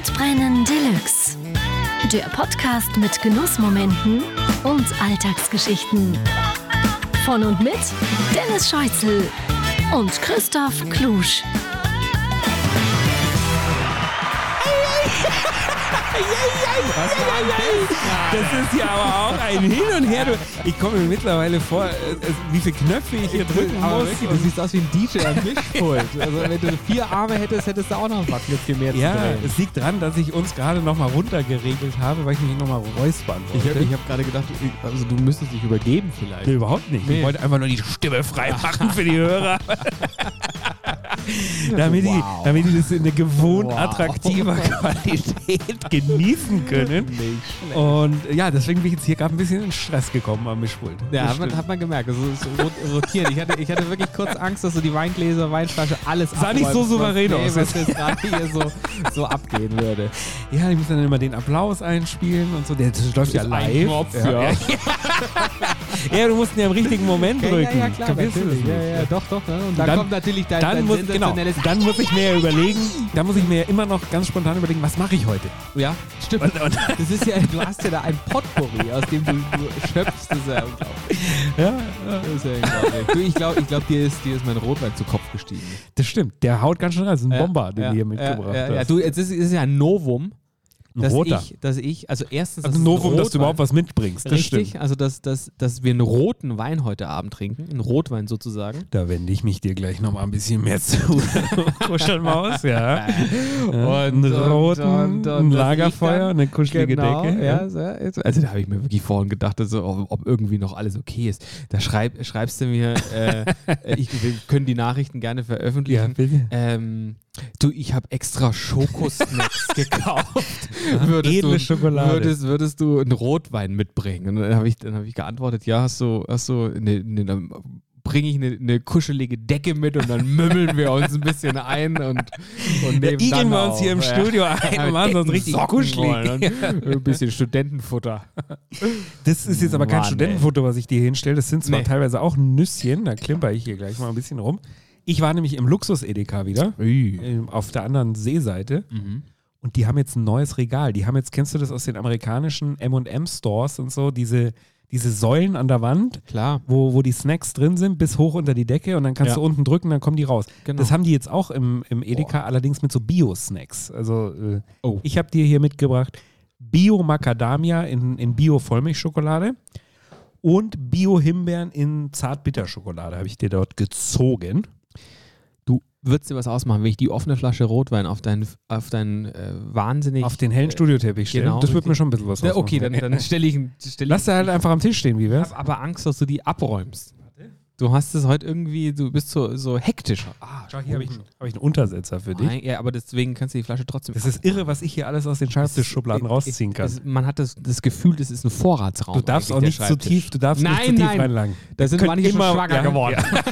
Sodbrennen Deluxe. Der Podcast mit Genussmomenten und Alltagsgeschichten. Von und mit Dennis Scheuzel und Christoph Klusch. Das ist ja aber auch ein Hin und Her. Ich komme mir mittlerweile vor, wie viele Knöpfe ich hier drücken muss. Wirklich, du siehst aus wie ein DJ am Mischpult. Also wenn du 4 Arme hättest du auch noch ein paar Knöpfchen mehr zu Ja, drehen. es liegt daran, dass ich uns gerade nochmal runtergeregelt habe, weil ich mich nochmal räuspern wollte. Ich hab gerade gedacht, also du müsstest dich übergeben vielleicht. Nee, überhaupt nicht. Nee. Ich wollte einfach nur die Stimme frei machen für die Hörer. damit die das in eine gewohnt attraktiver Qualität genießen können. Nicht schlecht. Und ja, deswegen bin ich jetzt hier gerade ein bisschen in Stress gekommen am Mischpult. Ja, hat man gemerkt. Also es rotiert. Ich hatte wirklich kurz Angst, dass so die Weingläser, Weinflasche, alles Sah nicht so souverän aus. Was jetzt gerade hier so abgehen würde. Ja, ich muss dann immer den Applaus einspielen und so. Das läuft ja live. Ein Knopf, ja. Ja, du musst ihn ja im richtigen Moment drücken. Ja, klar, Kapierst du das natürlich. nicht? Ja, doch. Ne? Und dann kommt natürlich dein sensationelles... Dann muss ich mir überlegen, da muss ich mir immer noch ganz spontan überlegen, was mache ich heute? Ja, stimmt. Und Das ist ja, du hast ja da ein Potpourri, aus dem du schöpfst. Das ist ja unglaublich. ja, Das ist ja unglaublich. Du, ich glaube, dir ist mein Rotwein zu Kopf gestiegen. das stimmt. Der haut ganz schön rein. Das ist ein Bomber, den du hier mitgebracht hast. Ja, du, es ist ja ein Novum, Ein roter. also erstens, Also ein Novum, dass du überhaupt was mitbringst. Das richtig, stimmt. also dass wir einen roten Wein heute Abend trinken, einen Rotwein sozusagen. Da wende ich mich dir gleich nochmal ein bisschen mehr zu. Kuschelmaus, ja. Einen roten, ein Lagerfeuer, eine kuschelige Decke. Ja. Also da habe ich mir wirklich vorhin gedacht, also, ob irgendwie noch alles okay ist. Da schreibst du mir, wir können die Nachrichten gerne veröffentlichen. Ja, bitte. Du, ich habe extra Schokosnacks gekauft. Edle Schokolade. Würdest du einen Rotwein mitbringen? Und dann habe ich geantwortet, ja, hast du dann bringe ich eine kuschelige Decke mit und dann mümmeln wir uns ein bisschen ein und nehmen igeln dann wir uns auf. hier im Studio ein und machen uns richtig kuschelig. Ein bisschen Studentenfutter. Das ist jetzt aber kein Mann, Studentenfoto, was ich dir hinstelle. Das sind zwar Nee. teilweise auch Nüsschen. Da klimper ich hier gleich mal ein bisschen rum. Ich war nämlich im Luxus-Edeka wieder, auf der anderen Seeseite. Und die haben jetzt ein neues Regal. Die haben jetzt, kennst du das aus den amerikanischen M&M-Stores und so, diese Säulen an der Wand, Klar. wo die Snacks drin sind, bis hoch unter die Decke und dann kannst du unten drücken, dann kommen die raus. Genau. Das haben die jetzt auch im Edeka, allerdings mit so Bio-Snacks. Also Oh. ich habe dir hier mitgebracht Bio-Macadamia in Bio-Vollmilchschokolade und Bio-Himbeeren in Zartbitterschokolade habe ich dir dort gezogen. Du würdest dir was ausmachen, wenn ich die offene Flasche Rotwein auf deinen wahnsinnig... Auf den hellen Studioteppich stellen. genau. Das wird mir schon ein bisschen was Ja, okay, ausmachen. dann stelle ich... Lass da halt einfach am Tisch stehen, wie Ich wär's? habe aber Angst, dass du die abräumst. Du hast es heute irgendwie, du bist so hektisch. Schau, hier habe ich einen Untersetzer für dich. Nein, ja, aber deswegen kannst du die Flasche trotzdem... Das ist irre, was ich hier alles aus den Schreibtischschubladen rausziehen kann. Man hat das Gefühl, das ist ein Vorratsraum. Du darfst auch eigentlich, nicht der zu Schreibtisch. tief, du darfst nicht zu Nein, tief nein. reinlangen. Da sind Könnt manche schon immer- schwanger ja, geworden. ja.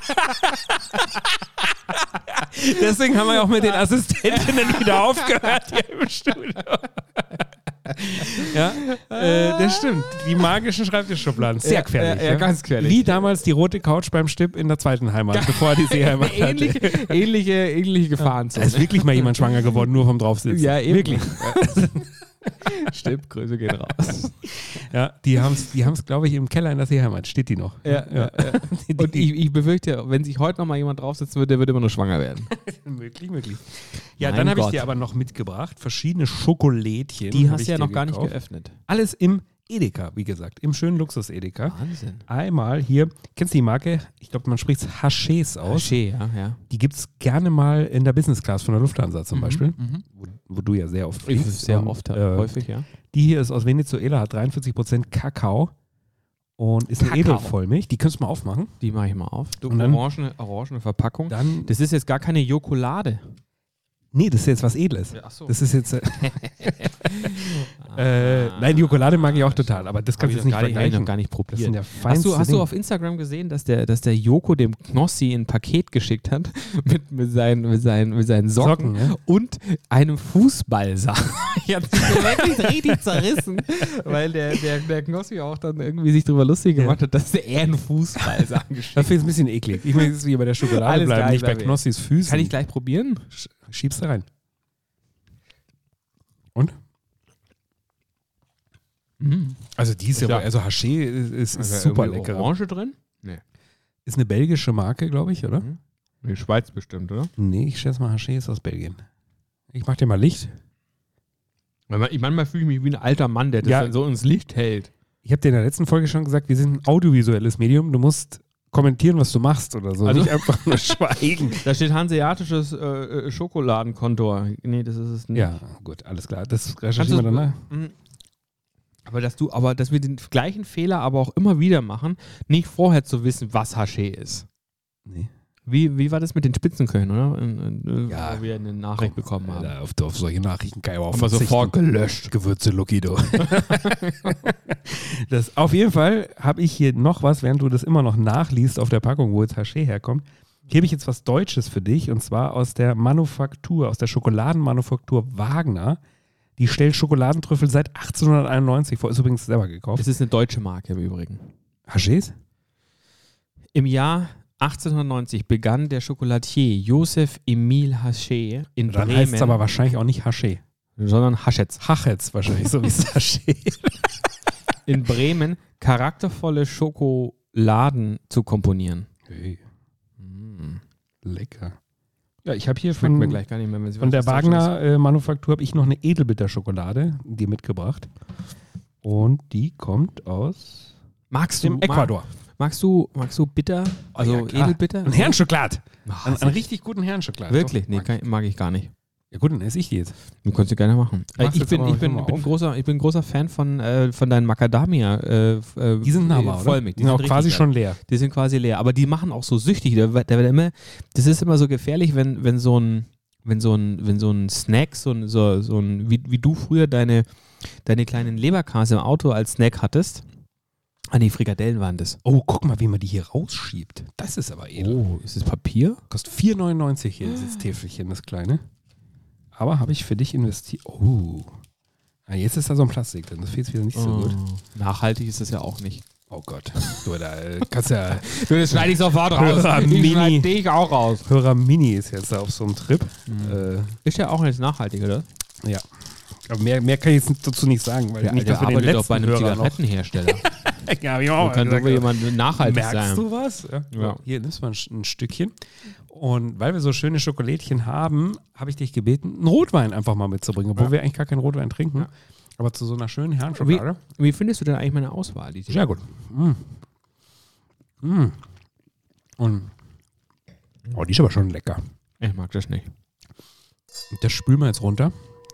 Deswegen haben wir auch mit den Assistentinnen wieder aufgehört hier im Studio. Ja, das stimmt. Die magischen Schreibtischschubladen. Sehr gefährlich. Ja, ganz gefährlich. Wie damals die rote Couch beim Stipp in der zweiten Heimat, bevor er die Seeheimat hatte. ähnliche Gefahrenzone. Da ist wirklich mal jemand schwanger geworden, nur vom Draufsitzen. Ja, eben. Wirklich. Stimmt, Grüße gehen raus. Ja, die haben's, glaube ich, im Keller in der Seeheimat. Steht die noch. Ja. Und ich befürchte, wenn sich heute noch mal jemand draufsetzen würde, der würde immer nur schwanger werden. Möglich. Ja, Mein dann habe ich Gott. dir aber noch mitgebracht, verschiedene Schokolädchen. Die hab hast ich du ja dir noch gar nicht gekauft. geöffnet. Alles im Edeka, wie gesagt, im schönen Luxus-Edeka. Wahnsinn. Einmal hier, kennst du die Marke? Ich glaube, man spricht es Hachés aus. Haché, ja. Die gibt es gerne mal in der Business Class von der Lufthansa zum Beispiel, wo du ja sehr oft fliegst. Sehr Und, oft, häufig, ja. Die hier ist aus Venezuela, hat 43% Kakao und ist eine Kakao. Edelvollmilch. Die könntest du mal aufmachen. Die mache ich mal auf. Du, Und dann- orangene Verpackung. Dann, Das ist jetzt gar keine Jokolade. nee, das ist jetzt was Edles. Achso. Das ist jetzt. Nein, die Schokolade mag ich auch total, aber das kannst du jetzt nicht Hab ich vergleichen. noch gar nicht Das probiert. sind ja feinste Hast du Dinge. auf Instagram gesehen, dass der Joko dem Knossi ein Paket geschickt hat mit seinen Socken Ja? und einem Fußballsack? Ich habe mich wirklich richtig zerrissen, weil der Knossi auch dann irgendwie sich drüber lustig gemacht hat, dass er einen Fußballsack geschickt Das hat. finde ich ein bisschen eklig. Ich möchte jetzt hier bei der Schokolade Alles bleiben, klar, nicht bei bleibe ich. Knossis Füßen. Kann ich gleich probieren? Schiebst du rein. Und? Mhm. Also die ist Ja. also Haché ist Also super irgendwie lecker. Orange drin? Nee. Ist eine belgische Marke, glaube ich, oder? Mhm. Die Schweiz bestimmt, oder? Nee, ich schätze mal, Haché ist aus Belgien. Ich mach dir mal Licht. Manchmal fühle ich mich wie ein alter Mann, der das Ja. dann so ins Licht hält. Ich habe dir in der letzten Folge schon gesagt, wir sind ein audiovisuelles Medium. Du musst kommentieren, was du machst oder so. Also- Nicht einfach nur schweigen. Da steht hanseatisches Schokoladenkontor. Nee, das ist es nicht. Ja, gut, alles klar. Das Kannst recherchieren wir du- dann. Mhm. Dass wir den gleichen Fehler aber auch immer wieder machen, nicht vorher zu wissen, was Haché ist. Nee. Wie war das mit den Spitzenköchen, oder? Ja. Wo wir eine Nachricht bekommen haben. Alter, auf solche Nachrichten kann ich aber auch Haben wir sofort gelöscht. Gewürze Lokido. Das, auf jeden Fall habe ich hier noch was, während du das immer noch nachliest auf der Packung, wo jetzt Haché herkommt. Hier habe ich jetzt was Deutsches für dich und zwar aus der Manufaktur, aus der Schokoladenmanufaktur Wagner. Die stellt Schokoladentrüffel seit 1891 vor. Ist übrigens selber gekauft. Das ist eine deutsche Marke im Übrigen. Hachés? Im Jahr 1890 begann der Chocolatier Joseph Emile Haché in Dann heißt es Bremen, aber wahrscheinlich auch nicht Haché. sondern Haschetz, Hachetz wahrscheinlich, so wie es Haché. in Bremen charaktervolle Schokoladen zu komponieren. Hey, Mm. lecker. Ja, ich habe hier Schmeckt mir von, gleich gar nicht mehr, wenn sie von der was Deutsches ist. Wagner Manufaktur habe ich noch eine Edelbitterschokolade, die mitgebracht. Und die kommt aus Magst du dem Ecuador. Magst du bitter? Also Ja, klar. Edelbitter? Ein Herrenschokolad. Ach, Einen richtig guten Herrenschokolad. Wirklich? Doch, Nee, mag ich gar nicht. ja gut, dann esse ich die jetzt. Du kannst du gerne machen. Mach's Ich jetzt bin aber schon mal auf. ein großer Fan von deinen Macadamia. Die sind Hammer, oder? Vollmilch. Die sind auch richtig quasi geil. schon leer. Die sind quasi leer. Aber die machen auch so süchtig. Das ist immer so gefährlich, wenn so ein Snack, wie du früher deine kleinen Leberkäse im Auto als Snack hattest. Ah, nee, Frikadellen waren das. Oh, guck mal, wie man die hier rausschiebt. Das ist aber edel. Oh, ist das Papier? Kostet 4,99 hier dieses Täfelchen, das kleine. Aber habe ich für dich investiert. Oh. Ah, jetzt ist da so ein Plastik drin. Das fehlt wieder nicht so gut. Nachhaltig ist das ja auch nicht. Oh Gott. Du, da kannst ja. Das schneide ich sofort raus. Ich Mini. schneide dich auch raus. Hörer Mini ist jetzt da auf so einem Trip. Ist ja auch nicht nachhaltig, oder? Ja. Aber mehr kann ich jetzt dazu nicht sagen, weil nicht, dass wir den arbeitet letzten doch bei einem Hörer noch. Zigarettenhersteller. Ja, hab ich auch Da kann gesagt. doch jemand nachhaltig Merkst sein. du was? Ja. Ja. Hier, nimmst du mal ein Stückchen. Und weil wir so schöne Schokolädchen haben, habe ich dich gebeten, einen Rotwein einfach mal mitzubringen, obwohl wir eigentlich gar keinen Rotwein trinken. Ja. Aber zu so einer schönen Herrenschokolade. Wie findest du denn eigentlich meine Auswahl? Die Sehr gut. Und oh, die ist aber schon lecker. Ich mag das nicht. Das spülen wir jetzt runter.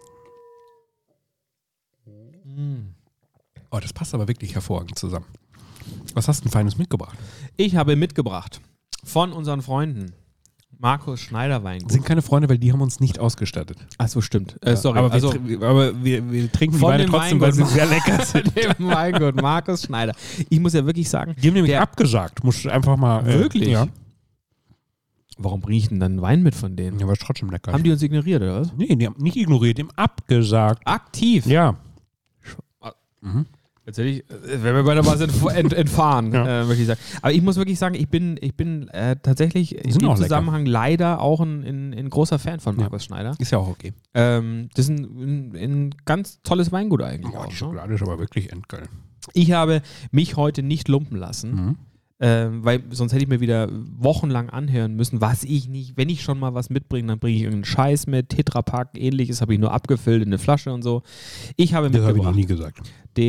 Oh, das passt aber wirklich hervorragend zusammen. Was hast du denn Feines mitgebracht? Ich habe mitgebracht von unseren Freunden Markus Schneider Weingut. Sind keine Freunde, weil die haben uns nicht ausgestattet. Achso, stimmt. Sorry. Aber, Also, wir trinken die von Weine dem trotzdem, weil sie Weingut- sehr lecker sind. dem Weingut Markus Schneider. Ich muss ja wirklich sagen, Die haben nämlich Der- abgesagt. Musst du einfach mal. Wirklich? Ja. warum bringe ich denn dann Wein mit von denen? Ja, aber ist trotzdem lecker. Haben die uns ignoriert, oder was? Nee, die haben nicht ignoriert, die haben abgesagt. Aktiv. Ja. Jetzt hätte ich, wenn wir beide was entfahren, Ja. möchte ich sagen. Aber ich muss wirklich sagen, ich bin tatsächlich in sind dem auch lecker. Zusammenhang leider auch ein großer Fan von Markus Schneider. Ist ja auch okay. Das ist ein ganz tolles Weingut eigentlich. Ja, auch, die ne? Schokolade ist aber wirklich endgeil. Ich habe mich heute nicht lumpen lassen, weil sonst hätte ich mir wieder wochenlang anhören müssen, was ich nicht, wenn ich schon mal was mitbringe, dann bringe ich irgendeinen Scheiß mit, Tetrapack, ähnliches, habe ich nur abgefüllt in eine Flasche und so. Ich habe Das habe ich noch mitgebracht, nie gesagt.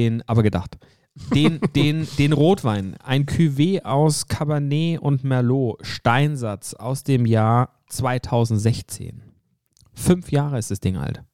den Rotwein, ein Cuvée aus Cabernet und Merlot, Steinsatz aus dem Jahr 2016. 5 Jahre ist das Ding alt.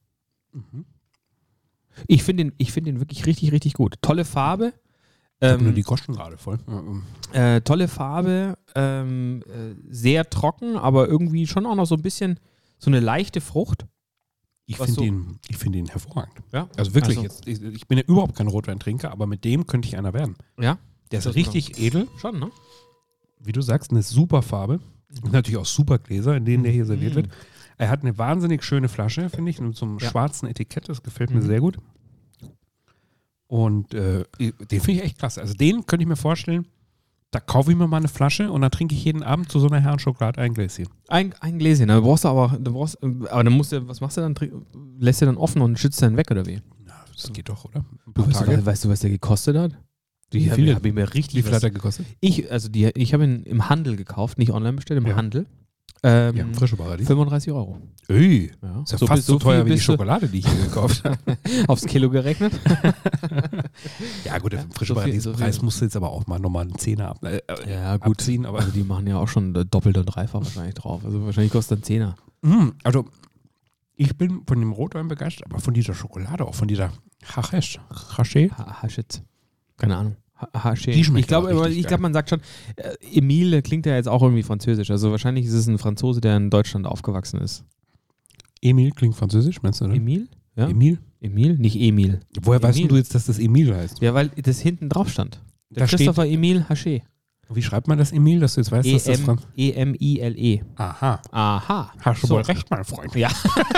Ich finde den wirklich richtig, richtig gut. Tolle Farbe. Ich habe nur die Goschen gerade voll. Tolle Farbe, sehr trocken, aber irgendwie schon auch noch so ein bisschen so eine leichte Frucht. Ich Was finde ihn hervorragend. Ja. Also wirklich, Also- jetzt, ich bin ja überhaupt kein Rotweintrinker, aber mit dem könnte ich einer werden. Ja, Der ist Das richtig edel, schon, ne? wie du sagst, eine super Farbe. Und natürlich auch super Gläser, in denen der hier serviert wird. Er hat eine wahnsinnig schöne Flasche, finde ich, mit so einem Ja. schwarzen Etikett. Das gefällt mir sehr gut. Und den finde ich echt klasse. Also den könnte ich mir vorstellen, Da kaufe ich mir mal eine Flasche und dann trinke ich jeden Abend zu so einer Herrenschokolade ein Gläschen. Ein Gläschen, dann brauchst du aber dann musst du, was machst du dann? Lässt du dann offen und schützt dann weg oder wie? Na, das geht doch, oder? Weißt du, was der gekostet hat? Wie viel habe ich mir richtig. Wie viel hat er gekostet? Ich habe ihn im Handel gekauft, nicht online bestellt, im Handel. Frische Paradies. 35 €. Ui, Ja. ist ja fast so teuer wie die Schokolade, die ich hier gekauft habe. Aufs Kilo gerechnet. Ja gut, der frische so viel, Paradies-Preis musst du jetzt aber auch mal nochmal einen Zehner abziehen. Aber also die machen ja auch schon doppelt und dreifach wahrscheinlich drauf. Also wahrscheinlich kostet ein 10er. Also ich bin von dem Rotwein begeistert, aber von dieser Schokolade, auch von dieser Haché. Haschitz. Keine Ahnung. Haché. Die schmeckt Ich glaube, man sagt schon, Emile klingt ja jetzt auch irgendwie französisch. Also wahrscheinlich ist es ein Franzose, der in Deutschland aufgewachsen ist. Emil klingt französisch, meinst du, oder? Emile? Ja. Emil? Emile? Nicht Emil. Woher weißt du jetzt, dass das Emil heißt? Ja, weil das hinten drauf stand. Da Christopher Emile Haché. Wie schreibt man das Emil, dass du jetzt weißt, dass das E-M-I-L-E. Aha. Hast du wohl recht, mein Freund. Ja.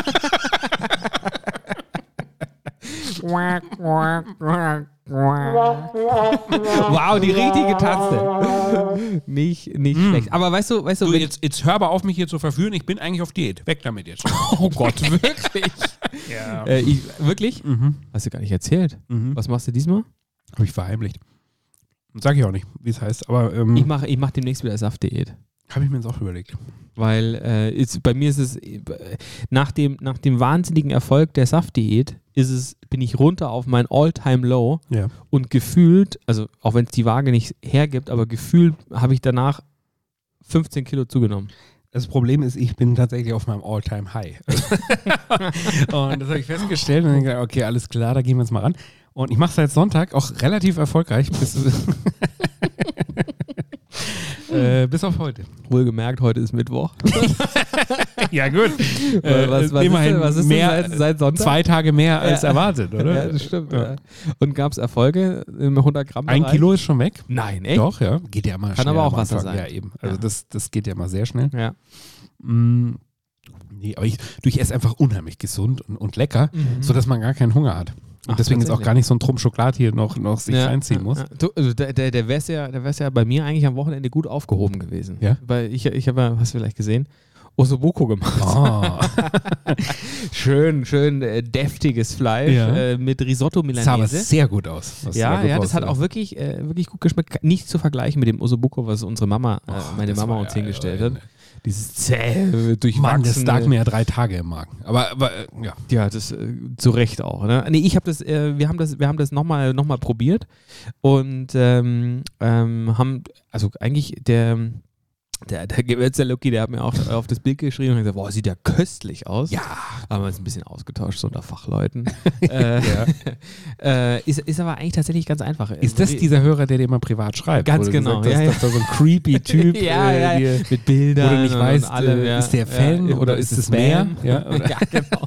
Wow, die richtige Taste. Nicht schlecht. Aber weißt du Jetzt hör aber auf, mich hier zu verführen. Ich bin eigentlich auf Diät. Weg damit jetzt. Oh Gott, wirklich? Ja. Wirklich? Hast du gar nicht erzählt. Was machst du diesmal? Habe ich verheimlicht. Sag ich auch nicht, wie es heißt. Aber ich mach demnächst wieder Saftdiät. habe ich mir jetzt auch überlegt. Weil bei mir ist es nach dem wahnsinnigen Erfolg der Saftdiät bin ich runter auf mein All-Time-Low und gefühlt, also auch wenn es die Waage nicht hergibt, aber gefühlt habe ich danach 15 Kilo zugenommen. Das Problem ist, ich bin tatsächlich auf meinem All-Time-High. Und das habe ich festgestellt und dann gedacht, okay, alles klar, da gehen wir jetzt mal ran. Und ich mache es seit Sonntag auch relativ erfolgreich bis auf heute. Wohlgemerkt, heute ist Mittwoch. Ja, gut. Was ist seit Sonntag? 2 Tage mehr als erwartet, oder? Ja, das stimmt. Ja. Und gab es Erfolge im 100 Gramm Bereich? 1 Kilo ist schon weg. Nein, echt? Doch, ja. Geht ja mal schnell. Kann aber auch Wasser sein. Ja, eben. Also das geht ja mal sehr schnell. Ja. Nee, aber ich esse einfach unheimlich gesund und lecker, sodass man gar keinen Hunger hat. Und deswegen jetzt auch gar nicht so ein Trumm Schokolade hier noch sich reinziehen muss. Du, also der wär's ja bei mir eigentlich am Wochenende gut aufgehoben gewesen. Ja? Weil ich habe ja, hast du vielleicht gesehen, Ossobuco gemacht. Oh. schön deftiges Fleisch mit Risotto Milanese. Das sah aber sehr gut aus. Das hat auch wirklich gut geschmeckt. Nicht zu vergleichen mit dem Ossobuco, was unsere Mama, meine Mama uns hingestellt hat. Dieses zäh, durchwachsene. Mann, das lag mir ja 3 Tage im Magen. Aber ja. Ja, das zu Recht auch. Ne? Nee, wir haben das nochmal probiert und haben, also eigentlich der Gewürzer Lucky, der hat mir auch auf das Bild geschrieben und gesagt, boah, sieht ja köstlich aus. Ja. Haben wir uns ein bisschen ausgetauscht, so unter Fachleuten. Ist aber eigentlich tatsächlich ganz einfach. Ist das dieser Hörer, der dir mal privat schreibt? Ganz genau. Dass da so ein creepy Typ mit Bildern. Wo du nicht weißt, ist der Fan oder ist es mehr? Ja, genau.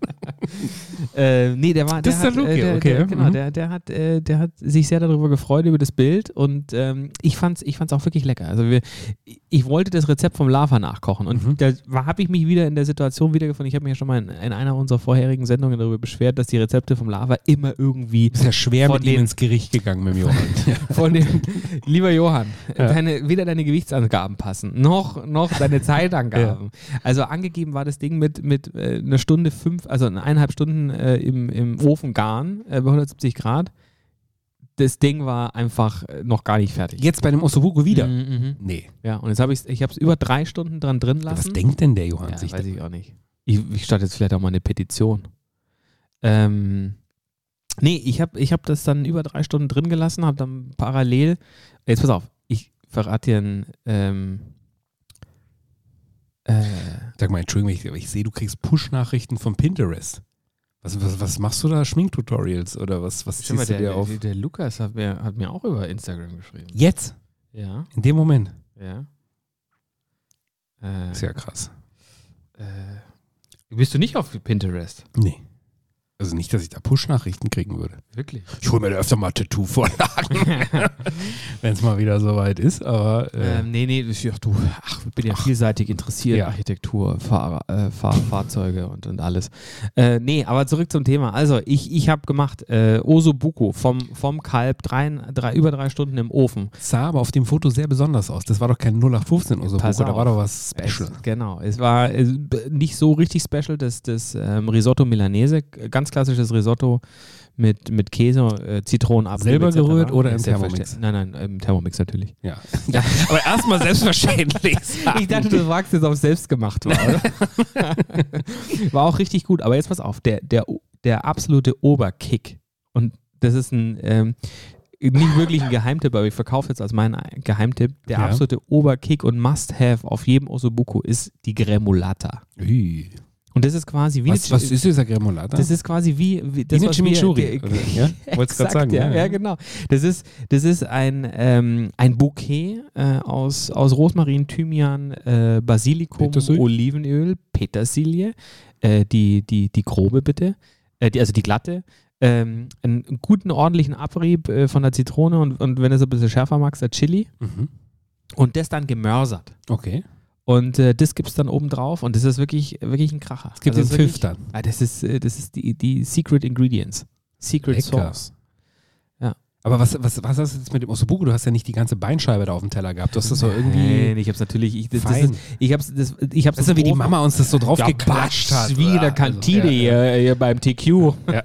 Nee, der war. Das ist der Luki, okay. Genau, der hat sich sehr darüber gefreut, über das Bild und ich fand's auch wirklich lecker. Also ich wollte das Rezept vom Lava nachkochen und da habe ich mich wieder in der Situation wiedergefunden. Ich habe mich ja schon mal in einer unserer vorherigen Sendungen darüber beschwert, dass die Rezepte vom Lava immer irgendwie. Ist ja schwer mit ihm ins Gericht gegangen mit dem Johann. Lieber Johann, weder deine Gewichtsangaben passen, noch deine Zeitangaben. Ja. Also angegeben war das Ding mit einer Stunde 5, also 1,5 Stunden im Ofen garen bei 170 Grad. Das Ding war einfach noch gar nicht fertig. Jetzt bei dem Ossobuco wieder? Nee. Ja, und jetzt habe ich es über 3 Stunden drin lassen. Was denkt denn der Johann sich? Weiß ich auch nicht. Ich starte jetzt vielleicht auch mal eine Petition. Nee, ich hab das dann über 3 Stunden drin gelassen, habe dann parallel, jetzt pass auf, ich verrate dir Sag mal, Entschuldigung, ich sehe, du kriegst Push-Nachrichten von Pinterest. Was machst du da? Schminktutorials oder was ziehst du dir auf? Der Lukas hat mir auch über Instagram geschrieben. Jetzt? Ja. In dem Moment? Ja. Ist ja krass. Bist du nicht auf Pinterest? Nee. Also Also nicht, dass ich da Push-Nachrichten kriegen würde. Wirklich? Ich hole mir da öfter mal Tattoo-Vorlagen, wenn es mal wieder soweit ist, aber... Nee, ich bin ja vielseitig interessiert, Ja. Architektur, Fahrzeuge und alles. Nee, aber zurück zum Thema. Also, ich habe gemacht Osobuco vom Kalb, über 3 Stunden im Ofen. sah aber auf dem Foto sehr besonders aus. Das war doch kein 0815 Osobuco, Pass da auf. war doch was Special. Genau, es war nicht so richtig special, das Risotto Milanese, ganz klassisches Risotto mit Käse, Zitronenabrieb Selber etc. gerührt oder im Selbstverständlich. Thermomix? Nein, im Thermomix natürlich. Ja. Aber erstmal selbstverständlich sagen. Ich dachte, du fragst jetzt, ob es selbst gemacht war, oder? War auch richtig gut, aber jetzt pass auf, der absolute Oberkick, und das ist ein nicht wirklich ein Geheimtipp, aber ich verkaufe jetzt als meinen Geheimtipp, der Ja. absolute Oberkick und Must-Have auf jedem Osobuco ist die Gremolata. Ui. Und das ist quasi wie Was ist dieser Gremolata? das ist quasi wie das, eine was Chimichurri, oder? Ja? Wollt's grad Exakt, sagen, ja, ja. ja, genau. Das ist ein Bouquet aus Rosmarin, Thymian, Basilikum, Petersilie. Olivenöl, Petersilie, die grobe bitte, also die glatte, einen guten, ordentlichen Abrieb von der Zitrone und wenn du es ein bisschen schärfer magst, der Chili Mhm. und das dann gemörsert. Okay. Und das gibt es dann oben drauf und das ist wirklich ein Kracher. Es gibt Also den wirklich- Pfiff dann. Das ist die Secret Ingredients. Secret Lecker. Sauce. Aber was hast du jetzt mit dem Ossobuco? Du hast ja nicht die ganze Beinscheibe da auf dem Teller gehabt. Du hast das so irgendwie... Nein, ich hab's natürlich. fein. Ich hab's Das ist ja wie die Mama uns das so drauf gequatscht hat. Wie in der Kantine hier beim TQ. Ja.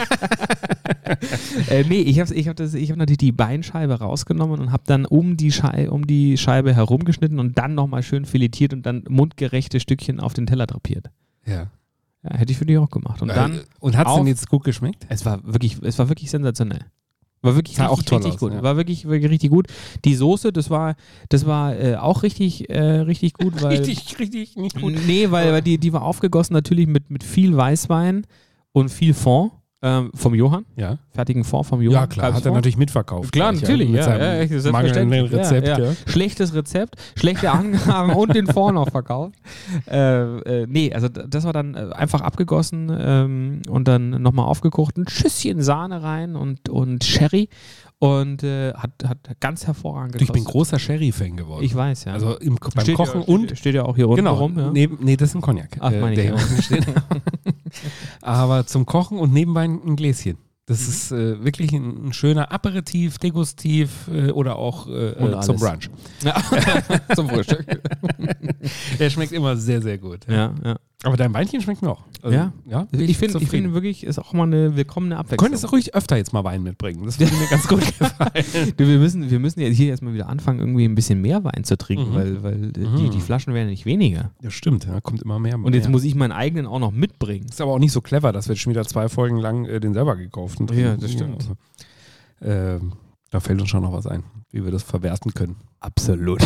Nee, ich hab natürlich die Beinscheibe rausgenommen und habe dann um die Scheibe herumgeschnitten und dann nochmal schön filetiert und dann mundgerechte Stückchen auf den Teller drapiert. Ja. Ja, hätte ich für dich auch gemacht. Und dann, Und hat es auf- denn jetzt gut geschmeckt? es war wirklich sensationell. War wirklich Sah auch toll richtig aus, gut. ja. War wirklich richtig gut. Die Soße, das war auch richtig gut, weil richtig nicht nee, weil die war aufgegossen natürlich mit viel Weißwein und viel Fond vom Johann, Ja. fertigen Fond vom Johann. Ja, klar. Hat er Kalbsfond. natürlich mitverkauft. Klar, gleich, natürlich, Mit ja, seinem ja, mangelnden selbstverständlich. Rezept, Ja. ja. Schlechtes Rezept, schlechte Angaben und den Fond noch verkauft. Nee, also das war dann einfach abgegossen und dann nochmal aufgekocht, ein Schüsschen Sahne rein und Sherry und hat ganz hervorragend Ich bin gekostet. großer Sherry-Fan geworden. Ich weiß, ja. Also beim Steht Kochen ja, und... steht ja auch hier unten Genau, rum. Ja. nee, das ist ein Cognac. Ach, meine ich, der ja. hier unten steht. Aber zum Kochen und nebenbei ein Gläschen. Das ist wirklich ein schöner Aperitif, Degustativ oder auch Und zum alles. Brunch. Ja. Zum Frühstück. Der schmeckt immer sehr, sehr gut. Ja. Aber dein Weinchen schmeckt mir auch. Also, Ja? bin Ich finde zufrieden. wirklich, ist auch mal eine willkommene Du Abwechslung. könntest auch ruhig öfter jetzt mal Wein mitbringen. Das würde mir ganz gut gefallen. Du, wir müssen jetzt hier erstmal wieder anfangen, irgendwie ein bisschen mehr Wein zu trinken, Mhm. weil die Flaschen werden nicht weniger. Ja, stimmt, ja, kommt immer mehr. Und jetzt mehr. muss ich meinen eigenen auch noch mitbringen. Ist aber auch nicht so clever, dass wir jetzt schon wieder 2 Folgen lang den selber gekauft haben. Ja, das stimmt. Also, da fällt uns schon noch was ein, wie wir das verwerten können. Absolut.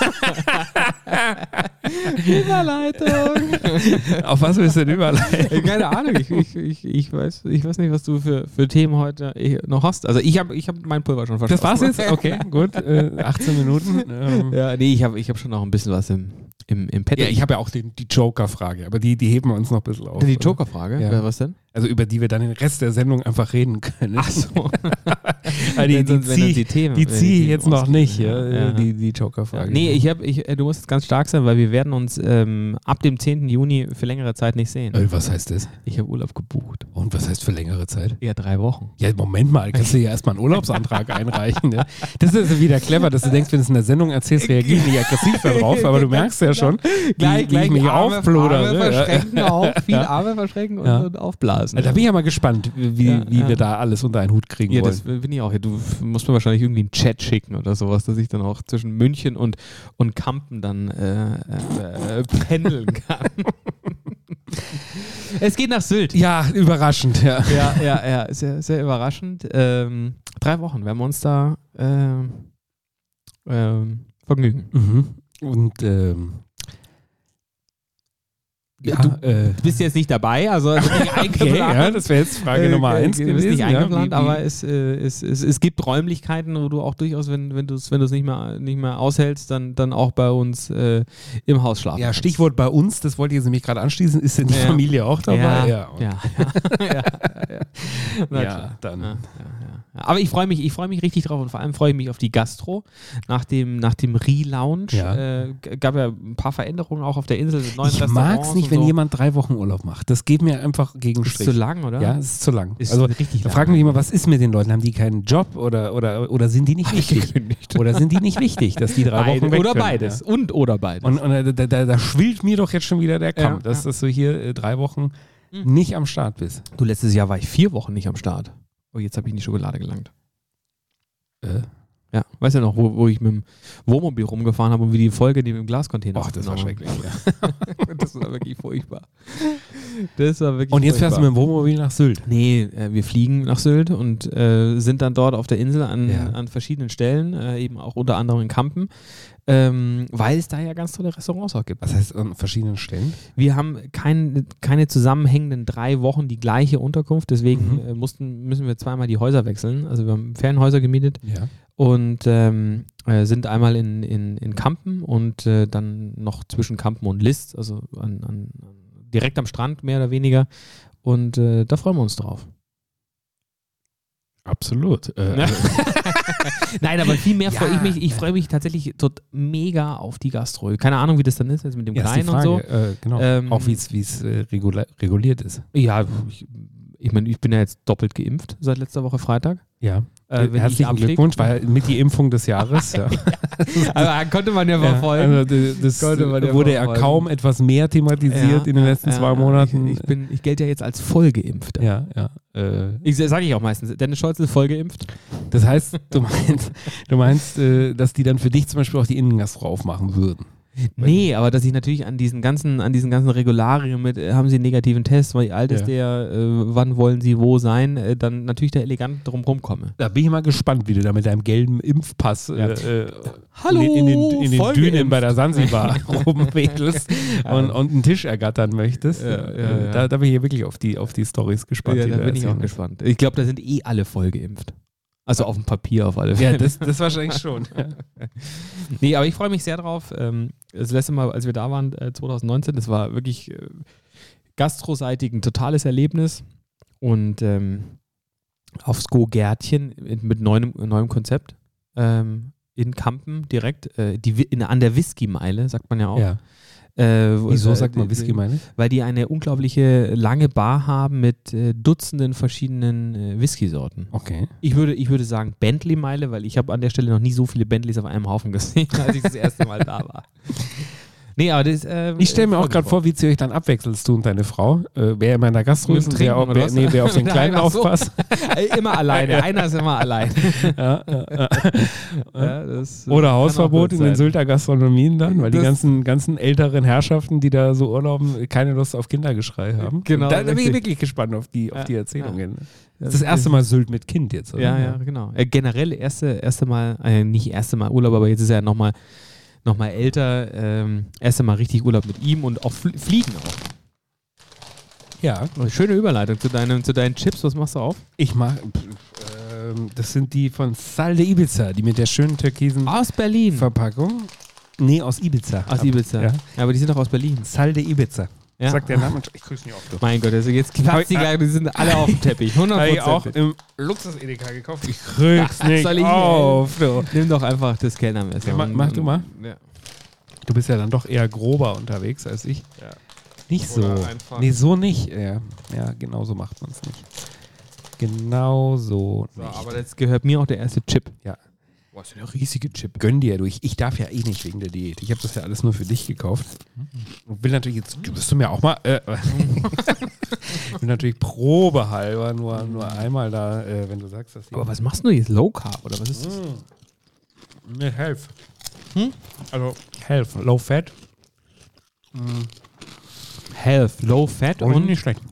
Überleitung. Auf was willst du denn überleiten? Keine Ahnung, ich weiß nicht, was du für Themen heute noch hast. Also ich hab mein Pulver schon Das verschossen. war's jetzt? Okay, gut. 18 Minuten. Ja, nee, ich hab schon noch ein bisschen was im Pad. Ja, ich habe ja auch die Joker-Frage, aber die heben wir uns noch ein bisschen auf. Die Joker-Frage? Ja. Was denn? Also über die wir dann den Rest der Sendung einfach reden können. Ach so. Also Wenn uns die Themen ziehe ich jetzt noch ausgehen. nicht, Ja. die Joker-Frage. Nee, du musst jetzt ganz stark sein, weil wir werden uns ab dem 10. Juni für längere Zeit nicht sehen. Was heißt das? Ich habe Urlaub gebucht. Und was heißt für längere Zeit? Ja, 3 Wochen. Ja, Moment mal, kannst du ja erstmal einen Urlaubsantrag einreichen. Ne? Das ist wieder clever, dass du denkst, wenn du es in der Sendung erzählst, reagiere ich nicht aggressiv darauf, aber du merkst ja schon, wie ich mich aufplodere. Arme verschränken auch. Viel Arme verschränken und aufblasen. Da bin ich ja mal gespannt, wie wir da alles unter einen Hut kriegen Ja, wollen. das bin ich auch. Du musst mir wahrscheinlich irgendwie einen Chat schicken oder sowas, dass ich dann auch zwischen München und Kampen dann pendeln kann. Es geht nach Sylt. Ja, überraschend, ja. Ja, sehr, sehr überraschend. 3 Wochen werden wir uns da vergnügen. Mhm. Und Du bist jetzt nicht dabei, also nicht eingeplant. Okay, ja, das wäre jetzt Frage Nummer 1 gewesen. Du bist nicht eingeplant, ja, aber es gibt Räumlichkeiten, wo du auch durchaus, wenn du es nicht mehr aushältst, dann auch bei uns im Haus schlafen. Ja, Stichwort bei uns, das wollte ich jetzt nämlich gerade anschließen, ist denn die Familie auch dabei? Ja. Dann. Ja. Aber ich freue mich richtig drauf und vor allem freue ich mich auf die Gastro nach dem Relaunch. Ja. Gab ja ein paar Veränderungen auch auf der Insel. Ich mag es nicht, wenn jemand 3 Wochen Urlaub macht. Das geht mir einfach gegen Strich. Ist zu lang, oder? Ja, es ist zu lang. Ist also richtig da lang. fragt mich immer, was ist mit den Leuten? Haben die keinen Job oder sind die nicht wichtig? Oder sind die nicht wichtig, dass die 3 Wochen weg oder können? beides. Ja. Oder beides. Und da schwillt mir doch jetzt schon wieder der Kamm, dass du hier 3 Wochen nicht am Start bist. Du, letztes Jahr war ich 4 Wochen nicht am Start. Oh, jetzt habe ich in die Schokolade gelangt. Ja, weißt du noch, wo ich mit dem Wohnmobil rumgefahren habe und wie die Folge neben dem Glascontainer. Ach, das war schrecklich. Das war wirklich furchtbar. Und jetzt fährst du mit dem Wohnmobil nach Sylt? Nee, wir fliegen nach Sylt und sind dann dort auf der Insel an verschiedenen Stellen, eben auch unter anderem in Kampen, weil es da ja ganz tolle Restaurants auch gibt. Was heißt an verschiedenen Stellen? Wir haben keine zusammenhängenden 3 Wochen die gleiche Unterkunft, deswegen müssen wir zweimal die Häuser wechseln. Also wir haben Ferienhäuser gemietet und sind einmal in Kampen und dann noch zwischen Kampen und List, also direkt am Strand mehr oder weniger, und da freuen wir uns drauf. Absolut. Nein, aber viel mehr freue ich mich. Ich freue mich tatsächlich mega auf die Gastro. Keine Ahnung, wie das dann ist, jetzt mit dem Kleinen und so. Genau. Auch wie es reguliert ist. Ja, ich meine, ich bin ja jetzt doppelt geimpft seit letzter Woche Freitag. Ja. Herzlichen Glückwunsch, weil mit die Impfung des Jahres. Ja. Aber konnte man ja verfolgen. Also das wurde ja kaum etwas mehr thematisiert in den letzten 2 Monaten. Ich gelte ja jetzt als Vollgeimpft. Ja. Sage ich auch meistens. Dennis Scheuzel vollgeimpft. Das heißt, du meinst, dass die dann für dich zum Beispiel auch die Innengastro aufmachen würden? Nee, aber dass ich natürlich an diesen ganzen Regularien mit, haben Sie einen negativen Test, wie alt ist der, wann wollen Sie wo sein, dann natürlich da elegant drum rumkomme. Da bin ich mal gespannt, wie du da mit deinem gelben Impfpass Hallo, in den Dünen bei der Sansibar rumwedelst und einen Tisch ergattern möchtest. Da bin ich hier wirklich auf die Storys gespannt. Ja, da bin ich auch gespannt. Ich glaube, da sind alle voll geimpft. Also auf dem Papier auf alle Fälle. Ja, das wahrscheinlich schon. Nee, aber ich freue mich sehr drauf. Das letzte Mal, als wir da waren, 2019, das war wirklich gastroseitig ein totales Erlebnis. Und aufs Go-Gärtchen mit neuem Konzept in Kampen direkt, an der Whisky-Meile, sagt man ja auch. Ja. Wieso sagt man Whisky-Meile? Weil die eine unglaubliche lange Bar haben mit Dutzenden verschiedenen Whisky-Sorten. Okay. Ich würde sagen Bentley-Meile, weil ich habe an der Stelle noch nie so viele Bentleys auf einem Haufen gesehen, als ich das erste Mal da war. Nee, aber das, ich stelle mir auch gerade vor, wie ihr euch dann abwechselst, du und deine Frau. Wer in meiner Gastro ist und wer auf den Kleinen aufpasst. Immer alleine. Einer ist immer allein. Oder Hausverbot in den Sylter Gastronomien dann, weil die ganzen älteren Herrschaften, die da so urlauben, keine Lust auf Kindergeschrei haben. Genau. Da bin ich wirklich gespannt auf die Erzählungen. Das ist das erste Mal Sylt mit Kind jetzt, oder? Ja, genau. Generell erste Mal, nicht erste Mal Urlaub, aber jetzt ist er nochmal älter, erst einmal richtig Urlaub mit ihm und auch Fliegen auch. Ja. Schöne Überleitung zu deinen Chips. Was machst du auf? Ich mache, das sind die von Sal de Ibiza, die mit der schönen türkisen aus Berlin Verpackung. Nee, aus Ibiza. Aus Ibiza. Ja, aber die sind doch aus Berlin. Sal de Ibiza. Ja. Sagt der Name. Ich grüße nicht auf. Du. Mein Gott, also jetzt platzt die gleich, die sind alle auf dem Teppich. 100%. Habe ich auch im Luxus-Edeka gekauft. Ich krieg's nicht auf. Du. Nimm doch einfach das Kellnermesser. Ja, mach du mal. Ja. Du bist ja dann doch eher grober unterwegs als ich. Ja. Nicht so. Nee, so nicht. Ja, genau so macht man es nicht. Genau so. Aber jetzt gehört mir auch der erste Chip. Ja. Boah, ist ja ein riesiger Chip. Gönn dir du. Ich darf ja eh nicht wegen der Diät. Ich habe das ja alles nur für dich gekauft. Und will natürlich jetzt, wirst du mir auch mal, will natürlich probehalber nur einmal da, wenn du sagst, dass die. Aber was machst du jetzt? Low Carb oder was ist das? Ne, Health. Also Health, Low Fat. Health, Low Fat und nicht schlecht.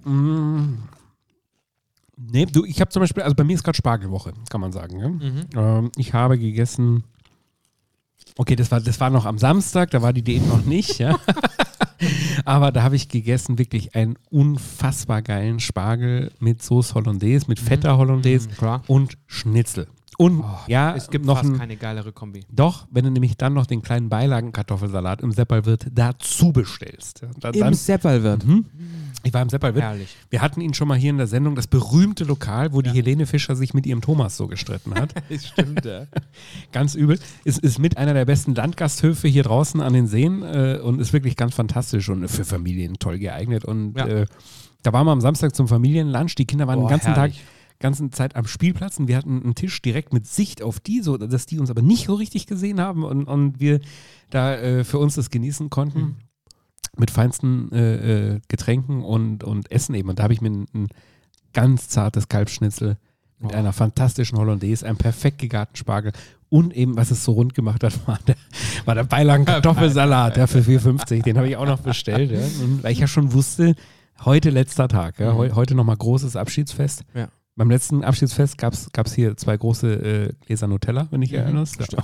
Nee, du, ich habe zum Beispiel, also bei mir ist gerade Spargelwoche, kann man sagen. Ja? Ich habe gegessen, okay, das war noch am Samstag, da war die Diät noch nicht, ja. Aber da habe ich gegessen wirklich einen unfassbar geilen Spargel mit Sauce Hollandaise, mit fetter Hollandaise und Schnitzel. Und es gibt noch fast keine geilere Kombi. Doch, wenn du nämlich dann noch den kleinen Beilagen-Kartoffelsalat im Seppalwirt dazu bestellst. Im Seppalwirt? Ich war im Seppalwirt. Herrlich. Wir hatten ihn schon mal hier in der Sendung, das berühmte Lokal, wo die Helene Fischer sich mit ihrem Thomas so gestritten hat. Das stimmt, ja. Ganz übel. Es ist mit einer der besten Landgasthöfe hier draußen an den Seen und ist wirklich ganz fantastisch und für Familien toll geeignet. Und da waren wir am Samstag zum Familienlunch. Die Kinder waren den ganze Zeit am Spielplatz und wir hatten einen Tisch direkt mit Sicht auf die, so dass die uns aber nicht so richtig gesehen haben und wir da für uns das genießen konnten mit feinsten Getränken und Essen eben. Und da habe ich mir ein ganz zartes Kalbsschnitzel mit einer fantastischen Hollandaise, einem perfekt gegarten Spargel und eben, was es so rund gemacht hat, war der Beilagen-Kartoffelsalat für 4,50. Den habe ich auch noch bestellt, ja. Und weil ich ja schon wusste, heute letzter Tag, ja, heute nochmal großes Abschiedsfest. Ja. Beim letzten Abschiedsfest gab es hier 2 große Gläser Nutella, wenn ich erinnerst. Stimmt.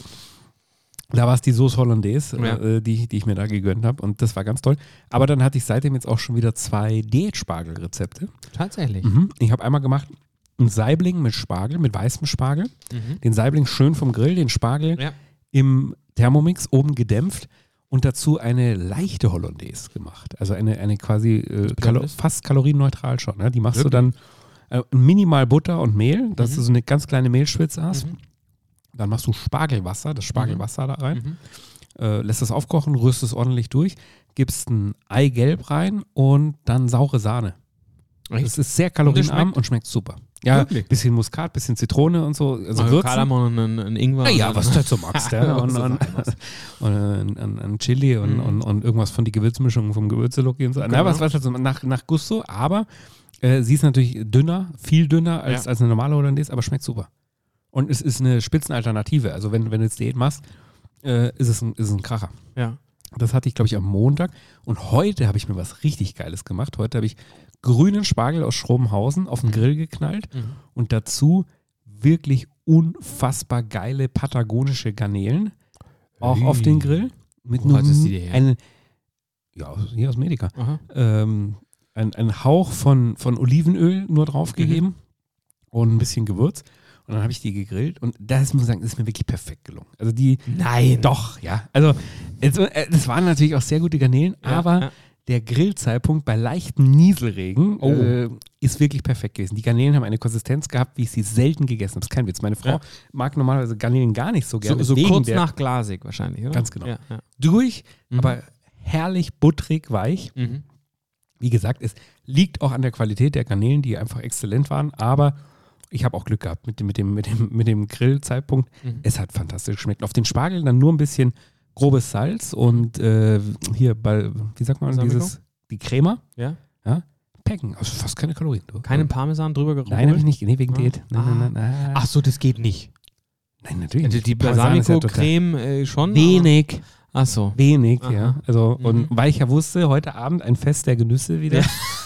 Da war es die Sauce Hollandaise, die ich mir da gegönnt habe und das war ganz toll. Aber dann hatte ich seitdem jetzt auch schon wieder 2 Diät-Spargel-Rezepte. Tatsächlich? Ich habe einmal gemacht einen Saibling mit Spargel, mit weißem Spargel. Den Saibling schön vom Grill, den Spargel im Thermomix oben gedämpft und dazu eine leichte Hollandaise gemacht. Also eine quasi fast kalorienneutral schon. Ne? Die machst du dann minimal Butter und Mehl, dass du so eine ganz kleine Mehlschwitze hast. Dann machst du Spargelwasser, das Spargelwasser da rein, lässt das aufkochen, rührst es ordentlich durch, gibst ein Eigelb rein und dann saure Sahne. Das ist sehr kalorienarm und schmeckt super. Ja, bisschen Muskat, bisschen Zitrone und so. Also Kardamom und ein Ingwer. Ja, was du halt so magst. Ja. und ein Chili und irgendwas von die Gewürzmischung vom Gewürzeloki und so. Genau. Na, was halt so nach Gusto, aber sie ist natürlich dünner, viel dünner als eine normale Hollandaise, aber schmeckt super. Und es ist eine Spitzenalternative. Also wenn du jetzt Diät machst, ist es ein Kracher. Ja. Das hatte ich, glaube ich, am Montag. Und heute habe ich mir was richtig Geiles gemacht. Heute habe ich grünen Spargel aus Schrobenhausen auf den Grill geknallt und dazu wirklich unfassbar geile patagonische Garnelen. Auch auf den Grill. Mit nur hier aus Medica. Ein Hauch von Olivenöl nur draufgegeben und ein bisschen Gewürz. Und dann habe ich die gegrillt und das muss ich sagen, ist mir wirklich perfekt gelungen. Also Nein. Doch, ja. Also das waren natürlich auch sehr gute Garnelen, aber der Grillzeitpunkt bei leichtem Nieselregen ist wirklich perfekt gewesen. Die Garnelen haben eine Konsistenz gehabt, wie ich sie selten gegessen habe. Das ist kein Witz. Meine Frau mag normalerweise Garnelen gar nicht so gerne. So kurz nach glasig wahrscheinlich, oder? Ganz genau. Ja. Durch, aber herrlich butterig weich. Wie gesagt, es liegt auch an der Qualität der Garnelen, die einfach exzellent waren, aber ich habe auch Glück gehabt mit dem Grillzeitpunkt. Es hat fantastisch geschmeckt. Auf den Spargel dann nur ein bisschen grobes Salz und hier wie sagt man, die Crema. Ja. Pecken. Also fast keine Kalorien. Keinen Parmesan drüber gerochen? Nein, habe ich nicht. Nee, wegen Diät. Nein. Ach so, das geht nicht. Nein, natürlich nicht. Die Balsamico-Creme schon? Wenig. Ach so. Wenig, ja. Also, und weil ich ja wusste, heute Abend ein Fest der Genüsse wieder.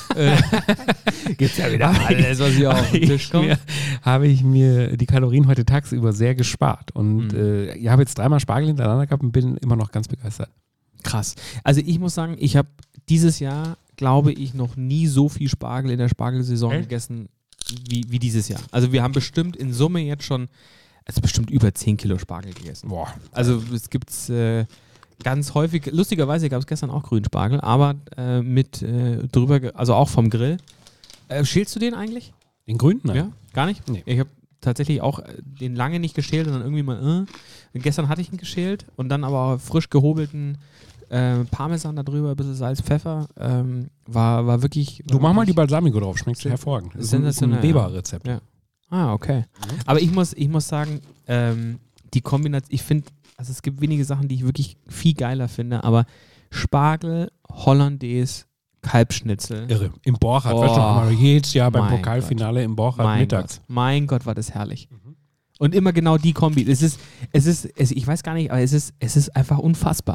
Gibt's ja wieder alles, was hier auf den Tisch kommt. Habe ich mir die Kalorien heute tagsüber sehr gespart. Und ich habe jetzt 3-mal Spargel hintereinander gehabt und bin immer noch ganz begeistert. Krass. Also ich muss sagen, ich habe dieses Jahr, glaube ich, noch nie so viel Spargel in der Spargelsaison gegessen wie dieses Jahr. Also wir haben bestimmt in Summe jetzt schon, bestimmt über 10 Kilo Spargel gegessen. Boah. Also es gibt's ganz häufig, lustigerweise gab es gestern auch Grünspargel, aber also auch vom Grill. Schälst du den eigentlich? Den grünen? Nein. Ja, gar nicht? Nee. Ich habe tatsächlich auch den lange nicht geschält und dann irgendwie mal, gestern hatte ich ihn geschält und dann aber frisch gehobelten Parmesan da drüber, ein bisschen Salz, Pfeffer, war wirklich... Du mach mal die Balsamico drauf, schmeckt hervorragend. Das ist ein Weber-Rezept. Ja. Ah, okay. Aber ich muss sagen, die Kombination, ich finde, also es gibt wenige Sachen, die ich wirklich viel geiler finde, aber Spargel, Hollandaise, Kalbschnitzel. Irre. Im Borchardt. Weißt du noch mal, jedes Jahr beim Pokalfinale im Borchardt mittags. Mein Gott, war das herrlich. Und immer genau die Kombi. Ich weiß gar nicht, aber es ist einfach unfassbar.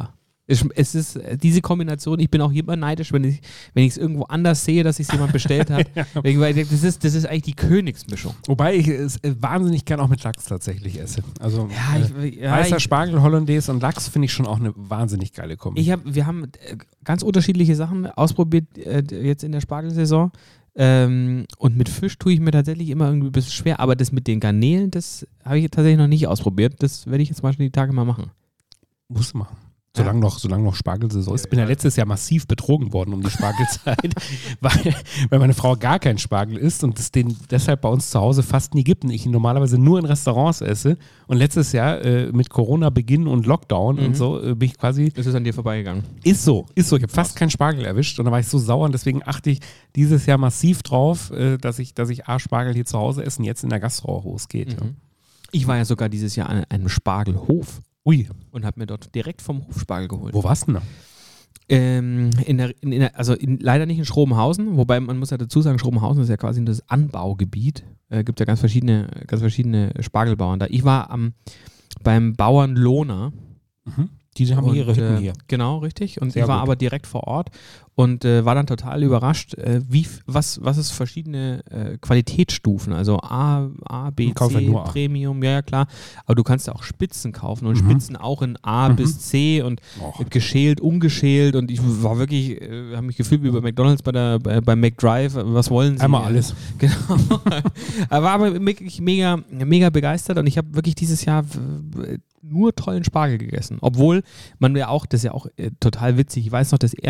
Es ist diese Kombination, ich bin auch immer neidisch, wenn ich es irgendwo anders sehe, dass es jemand bestellt hat. Weil das ist eigentlich die Königsmischung. Wobei ich es wahnsinnig gern auch mit Lachs tatsächlich esse. Also weißer Spargel, Hollandaise und Lachs finde ich schon auch eine wahnsinnig geile Kombi. Wir haben ganz unterschiedliche Sachen ausprobiert jetzt in der Spargelsaison. Und mit Fisch tue ich mir tatsächlich immer irgendwie ein bisschen schwer. Aber das mit den Garnelen, das habe ich tatsächlich noch nicht ausprobiert. Das werde ich jetzt mal schon die Tage mal machen. Muss machen. Solange noch Spargelsaison ist. Ich bin ja letztes Jahr massiv betrogen worden um die Spargelzeit, weil meine Frau gar keinen Spargel isst und es den deshalb bei uns zu Hause fast nie gibt und ich ihn normalerweise nur in Restaurants esse. Und letztes Jahr mit Corona-Beginn und Lockdown und so bin ich quasi... Ist es an dir vorbeigegangen? Ist so. Ich habe fast keinen Spargel erwischt und da war ich so sauer und deswegen achte ich dieses Jahr massiv drauf, dass ich Spargel hier zu Hause esse und jetzt in der Gastro auch losgeht. Ja. Ich war ja sogar dieses Jahr an einem Spargelhof. Ui. Und habe mir dort direkt vom Hof Spargel geholt. Wo warst du denn da? Leider nicht in Schrobenhausen, wobei man muss ja dazu sagen, Schrobenhausen ist ja quasi das Anbaugebiet. Gibt ja ganz verschiedene Spargelbauern da. Ich war beim Bauern Lohner. Die haben ihre Hütten hier. Genau, richtig. Und Sehr ich war gut. aber direkt vor Ort und war dann total überrascht, was es verschiedene Qualitätsstufen, also A, B, C, nur A. Premium, ja klar. Aber du kannst ja auch Spitzen kaufen und Spitzen auch in A bis C und geschält, ungeschält und ich war wirklich, habe mich gefühlt wie bei McDonald's bei McDrive, was wollen sie? Einmal alles. Genau. War aber wirklich mega, mega begeistert und ich habe wirklich dieses Jahr nur tollen Spargel gegessen. Obwohl man ja auch, das ist ja auch total witzig, ich weiß noch, den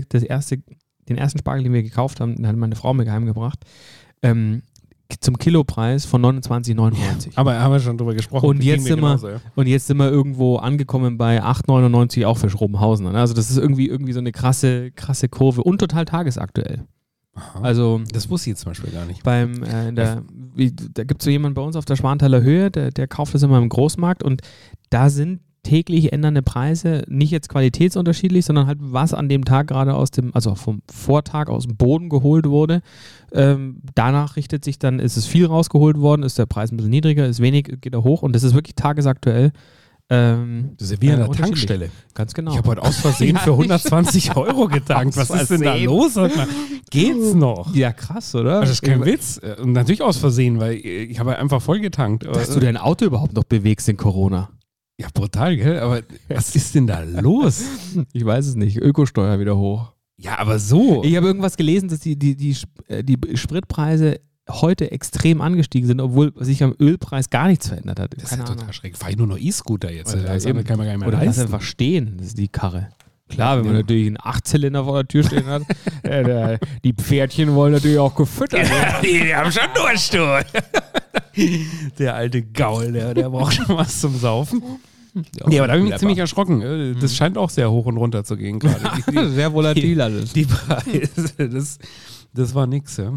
ersten Spargel, den wir gekauft haben, den hat meine Frau mir heimgebracht, zum Kilopreis von 29,99. Aber haben wir schon drüber gesprochen. Und jetzt sind wir irgendwo angekommen bei 8,99 auch für Schrobenhausen. Also das ist irgendwie so eine krasse Kurve und total tagesaktuell. Aha. Also das wusste ich jetzt zum Beispiel gar nicht. Da gibt es so jemanden bei uns auf der Schwanthaler Höhe, der kauft das immer im Großmarkt und da sind täglich ändernde Preise, nicht jetzt qualitätsunterschiedlich, sondern halt was an dem Tag gerade vom Vortag aus dem Boden geholt wurde. Danach richtet sich dann, ist es viel rausgeholt worden, ist der Preis ein bisschen niedriger, ist wenig, geht er hoch und das ist wirklich tagesaktuell. Das ist ja wie an der Tankstelle. Ganz genau. Ich habe heute aus Versehen für 120 Euro getankt. Was ist denn da los? Geht's noch? Ja, krass, oder? Das ist kein Witz. Und natürlich aus Versehen, weil ich habe einfach voll getankt. Dass du dein Auto überhaupt noch bewegst in Corona. Ja, brutal, gell? Aber was ist denn da los? Ich weiß es nicht. Ökosteuer wieder hoch. Ja, aber so. Ich habe irgendwas gelesen, dass die Spritpreise heute extrem angestiegen sind, obwohl sich am Ölpreis gar nichts verändert hat. Das ist ja total schräg. Fahre ich nur noch E-Scooter jetzt. Das kann man gar nicht mehr oder leisten. lass einfach stehen, das ist die Karre. Klar, wenn man natürlich einen 8-Zylinder vor der Tür stehen hat, die Pferdchen wollen natürlich auch gefüttert werden. Die haben schon Durst, du. Der alte Gaul, der braucht schon was zum Saufen. Ja, aber da bin ich ziemlich erschrocken. Das scheint auch sehr hoch und runter zu gehen gerade. Sehr volatil alles. Die Preise, das war nix, ja.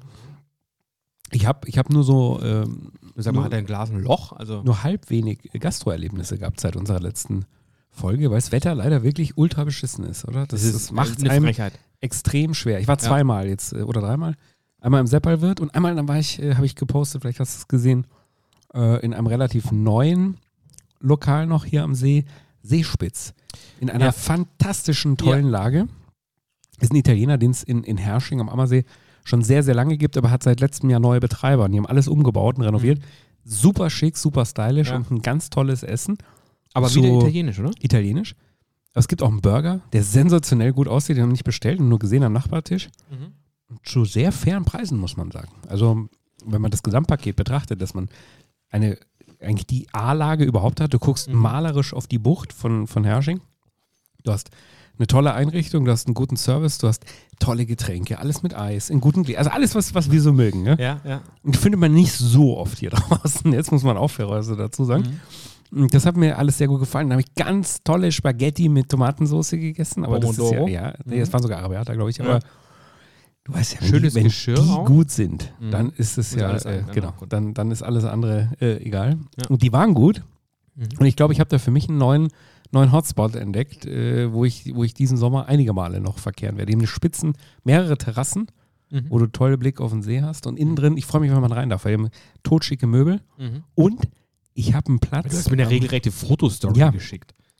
Ich hab nur so Sag mal, hat dein Glas ein Loch? Also nur halb wenig Gastro-Erlebnisse gehabt seit unserer letzten Folge, weil das Wetter leider wirklich ultra beschissen ist, oder? Das macht es einem extrem schwer. Ich war zweimal jetzt oder dreimal. Einmal im Seppalwirt und einmal dann habe ich gepostet, vielleicht hast du es gesehen, in einem relativ neuen Lokal noch hier am See, Seespitz. In einer fantastischen, tollen Lage. Ist ein Italiener, den es in Herrsching am Ammersee schon sehr, sehr lange gibt, aber hat seit letztem Jahr neue Betreiber. Und die haben alles umgebaut und renoviert. Super schick, super stylisch und ein ganz tolles Essen. Aber so wieder italienisch, oder? Italienisch. Aber es gibt auch einen Burger, der sensationell gut aussieht. Den haben wir nicht bestellt und nur gesehen am Nachbartisch. Und zu sehr fairen Preisen, muss man sagen. Also, wenn man das Gesamtpaket betrachtet, dass man eigentlich die A-Lage überhaupt hat. Du guckst malerisch auf die Bucht von Herrsching. Du hast eine tolle Einrichtung, du hast einen guten Service, du hast tolle Getränke, alles mit Eis, in guten Gläsern, also alles, was wir so mögen. Ne? Ja. Und findet man nicht so oft hier draußen. Jetzt muss man auch fairerweise dazu sagen. Das hat mir alles sehr gut gefallen. Da habe ich ganz tolle Spaghetti mit Tomatensauce gegessen. Aber das ist das waren sogar Arabiata, glaube ich. Aber du weißt ja, schönes wenn Geschirr die auch. gut sind, dann ist es dann ist alles andere egal. Ja. Und die waren gut. Und ich glaube, ich habe da für mich einen neuen Hotspot entdeckt, wo ich diesen Sommer einige Male noch verkehren werde. Die haben eine Spitzen, mehrere Terrassen, wo du tolle Blick auf den See hast. Und innen drin, ich freue mich, wenn man rein darf, weil die haben totschicke Möbel. Und ich habe einen Platz. Du hast mir eine regelrechte Fotostory geschickt.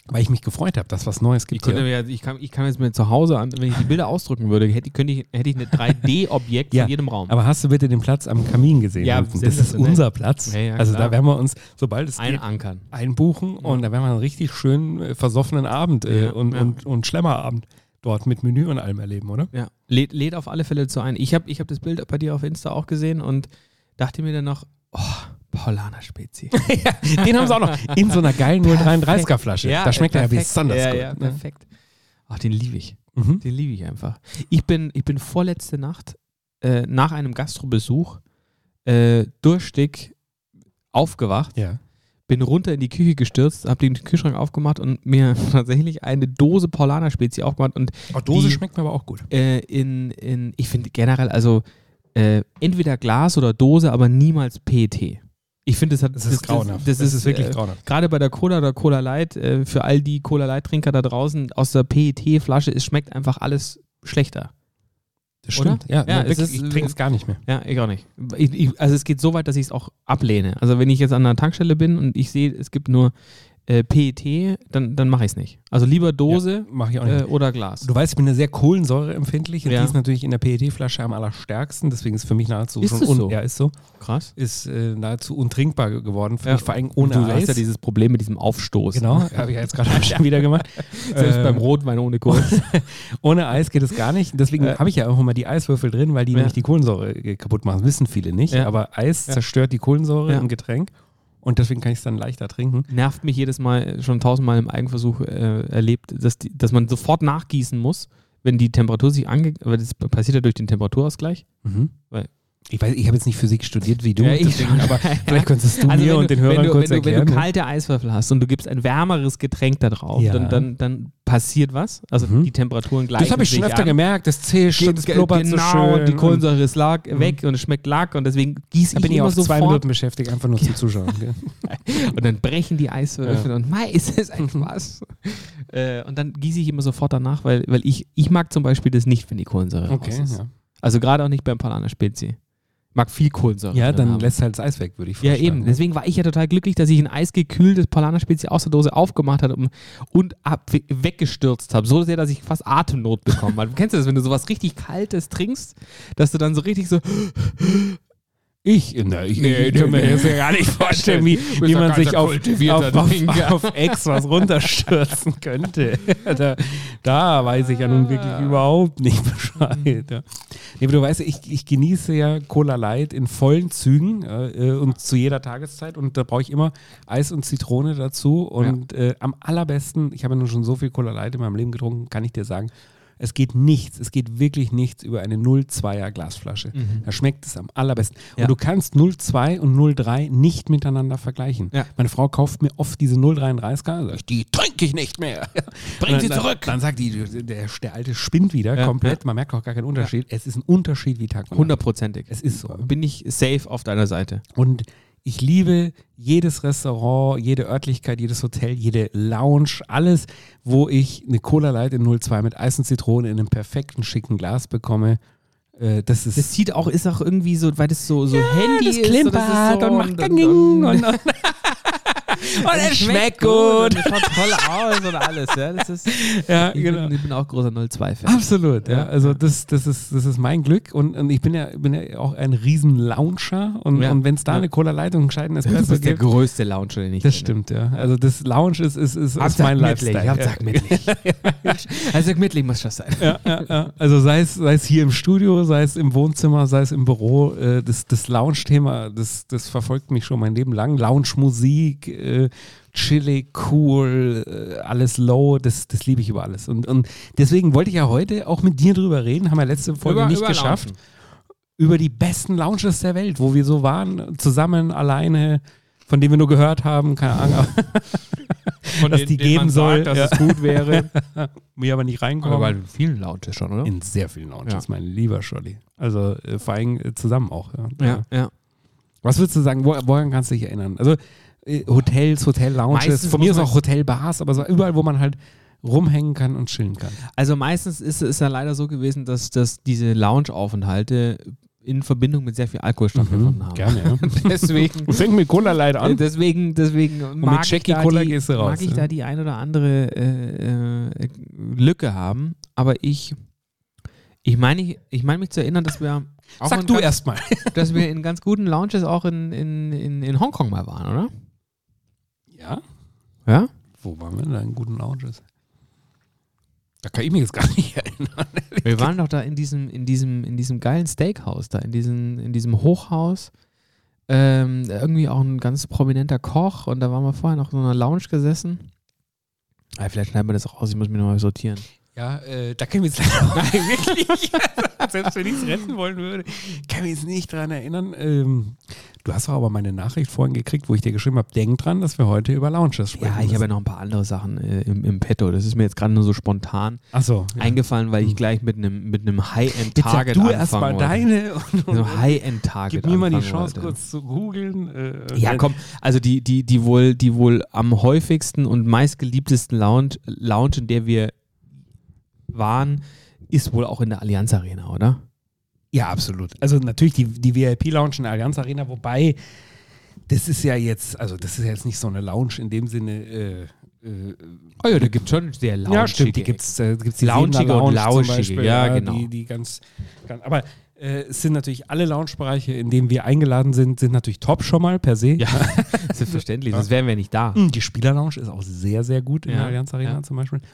Weil ich mich gefreut habe, dass was Neues gibt. Ich kann jetzt mir zu Hause, wenn ich die Bilder ausdrücken würde, hätte ich eine 3D-Objekt von jedem Raum. Aber hast du bitte den Platz am Kamin gesehen? Ja, das ist unser Platz. Ja, also klar. da werden wir uns, sobald es geht, einbuchen Ja. und da werden wir einen richtig schönen versoffenen Abend und Schlemmerabend dort mit Menü und allem erleben, oder? Ja, lädt auf alle Fälle zu ein. Ich hab das Bild bei dir auf Insta auch gesehen und dachte mir dann noch, Paulaner Spezi. Ja, den haben sie auch noch in so einer geilen 0,33er Flasche. Ja, da schmeckt er ja perfekt. besonders gut. Ja, perfekt. Ach, den liebe ich. Mhm. Den liebe ich einfach. Ich bin vorletzte Nacht nach einem Gastrobesuch durstig aufgewacht, Ja. bin runter in die Küche gestürzt, habe den Kühlschrank aufgemacht und mir tatsächlich eine Dose Paulaner Spezi aufgemacht. Und Dose die, schmeckt mir aber auch gut. ich finde generell, also entweder Glas oder Dose, aber niemals PET. Ich finde, das ist grauenhaft. Das ist wirklich grauenhaft. Gerade bei der Cola oder Cola Light, für all die Cola Light-Trinker da draußen, aus der PET-Flasche, es schmeckt einfach alles schlechter. Das stimmt. Oder? Ja, wirklich, ich trinke es gar nicht mehr. Ja, ich auch nicht. Also es geht so weit, dass ich es auch ablehne. Also wenn ich jetzt an einer Tankstelle bin und ich sehe, es gibt nur PET, dann mache ich es nicht. Also lieber Dose mach ich auch nicht. oder Glas. Du weißt, ich bin eine sehr kohlensäureempfindlich und Ja. die ist natürlich in der PET-Flasche am allerstärksten, deswegen ist für mich nahezu Ist schon es so? Ja, ist so. Krass. Ist nahezu untrinkbar geworden, für mich, vor allem ohne du Eis. hast ja dieses Problem mit diesem Aufstoß. Genau, habe ich ja jetzt gerade schon wieder gemacht. Selbst beim Rotwein ohne Kohle. Ohne Eis geht es gar nicht. Deswegen habe ich ja auch immer die Eiswürfel drin, weil die nämlich die Kohlensäure kaputt machen. Das wissen viele nicht. Ja. Aber Eis zerstört die Kohlensäure Ja. im Getränk und deswegen kann ich es dann leichter trinken. Nervt mich jedes Mal, schon 1000-mal im Eigenversuch erlebt, dass man sofort nachgießen muss, wenn die Temperatur sich aber das passiert ja durch den Temperaturausgleich. Weil Ich weiß, ich habe jetzt nicht Physik studiert wie du, Ja, ich deswegen, schon. aber vielleicht könntest du Also mir wenn und den Hörern kurz erklären. Wenn du kalte Eiswürfel hast und du gibst ein wärmeres Getränk da drauf, Ja. dann passiert was. Also die Temperaturen gleichen Das habe ich schon sich öfter an. gemerkt, das zischt und das blubbert so Genau, schön. die Kohlensäure ist weg und es schmeckt Lack und deswegen gieße Da ich bin ich immer auf 2 sofort Minuten beschäftigt, einfach nur zum Zuschauen. Gell? und dann brechen die Eiswürfel und ist es ein Spaß. Und dann gieße ich immer sofort danach, weil ich mag zum Beispiel das nicht, wenn die Kohlensäure raus Okay, ist. ja. Also gerade auch nicht beim Paulaner Spezi. Mag viel Kohlensäure. Ja, drin dann haben. lässt halt das Eis weg, würde ich Ja, vorstellen. eben. Deswegen war ich ja total glücklich, dass ich ein eisgekühltes Paulaner Spezi aus der Dose aufgemacht habe und weggestürzt habe. So sehr, dass ich fast Atemnot bekommen habe. Kennst du das, wenn du sowas richtig Kaltes trinkst, dass du dann so richtig so Ich kann mir jetzt ja gar nicht vorstellen, wie man sich auf Ex was runterstürzen könnte. Da weiß ich ja nun wirklich überhaupt nicht Bescheid. Ja. Nee, aber du weißt, ich genieße ja Cola Light in vollen Zügen und zu jeder Tageszeit und da brauche ich immer Eis und Zitrone dazu und am allerbesten, ich habe ja nun schon so viel Cola Light in meinem Leben getrunken, kann ich dir sagen, es geht wirklich nichts über eine 0,2er Glasflasche. Da schmeckt es am allerbesten. Ja. Und du kannst 0,2 und 0,3 nicht miteinander vergleichen. Ja. Meine Frau kauft mir oft diese 0,33er, sag ich, die trinke ich nicht mehr. Bring sie dann, zurück. Dann sagt die, der Alte spinnt wieder komplett. Man merkt auch gar keinen Unterschied. Es ist ein Unterschied wie Tag und Nacht. 100%ig. Es ist so. Bin ich safe auf deiner Seite. Und ich liebe jedes Restaurant, jede Örtlichkeit, jedes Hotel, jede Lounge, alles, wo ich eine Cola Light in 0,2 mit Eis und Zitrone in einem perfekten, schicken Glas bekomme. Das ist auch irgendwie so, weil das so Handy das ist. klimpert So, und macht und es schmeckt gut. Und es schaut toll aus und alles. Ja, das ist, Ja, genau. Ich bin auch großer 02-Fan. Absolut, ja. Also das ist mein Glück und ich bin ja auch ein riesen Launcher und wenn es da eine Cola Light und einen gescheiten Espresso Du bist der gibt. größte Launcher, den ich Das kenne. stimmt, ja. Also das Lounge ist mein Lifestyle. Hauptsache mittlich. Also mittlich muss das sein. Ja. Also sei es hier im Studio, sei es im Wohnzimmer, sei es im Büro, das Lounge-Thema, das verfolgt mich schon mein Leben lang. Lounge-Musik, chillig, cool, alles low, das liebe ich über alles. Und deswegen wollte ich ja heute auch mit dir drüber reden, haben wir letzte Folge nicht geschafft. Loungen. Über die besten Lounges der Welt, wo wir so waren, zusammen, alleine, von denen wir nur gehört haben, keine Ahnung, dass die geben soll. Dass es gut wäre. Wir aber nicht reinkommen. Aber in vielen Lounges schon, oder? In sehr vielen Lounges, mein lieber Scholli. Also vor allem zusammen auch. Ja. Was würdest du sagen, woran kannst du dich erinnern? Also Hotels, Hotel-Lounges, Meistens von mir muss ist man- auch Hotelbars, aber so überall, wo man halt rumhängen kann und chillen kann. Also meistens ist es ja leider so gewesen, dass diese Lounge-Aufenthalte in Verbindung mit sehr viel Alkohol stattgefunden haben. Gerne, ja. Deswegen fängt mit Cola Light an. Deswegen mag ich, da die ein oder andere Lücke haben. Aber ich meine mich zu erinnern, dass wir auch Sag du erstmal. dass wir in ganz guten Lounges auch in Hongkong mal waren, oder? Ja? Ja? Wo waren wir denn da in guten Lounges? Da kann ich mich jetzt gar nicht erinnern. Wir waren doch da in diesem geilen Steakhouse, da in diesem Hochhaus. Irgendwie auch ein ganz prominenter Koch und da waren wir vorher noch in so einer Lounge gesessen. Vielleicht schneiden wir das auch raus, ich muss mich nochmal sortieren. Ja, da kann ich mich jetzt leider wirklich, selbst wenn ich es retten wollen würde, kann ich mich jetzt nicht dran erinnern. Du hast doch aber meine Nachricht vorhin gekriegt, wo ich dir geschrieben habe, denk dran, dass wir heute über Lounges sprechen. Ja, ich habe ja noch ein paar andere Sachen im Petto. Das ist mir jetzt gerade nur so spontan eingefallen, weil ich gleich mit einem High-End-Target anfangen wollte. Du erstmal deine so High-End-Target. Gib mir mal die Chance, kurz zu googeln. Ja, komm, also die wohl am häufigsten und meistgeliebtesten Lounge, in der wir waren, ist wohl auch in der Allianz Arena, oder? Ja, absolut. Also natürlich die VIP-Lounge in der Allianz Arena, wobei das ist ja jetzt nicht so eine Lounge in dem Sinne. Oh ja, da gibt es schon sehr launchige. Ja, stimmt, die gibt's die launchige und lauschige, zum Beispiel, ja, genau. Die ganz, aber es sind natürlich alle Loungebereiche, in denen wir eingeladen sind natürlich top schon mal per se. Ja, selbstverständlich, sonst wären wir nicht da. Die Spieler-Lounge ist auch sehr, sehr gut in der Allianz Arena zum Beispiel.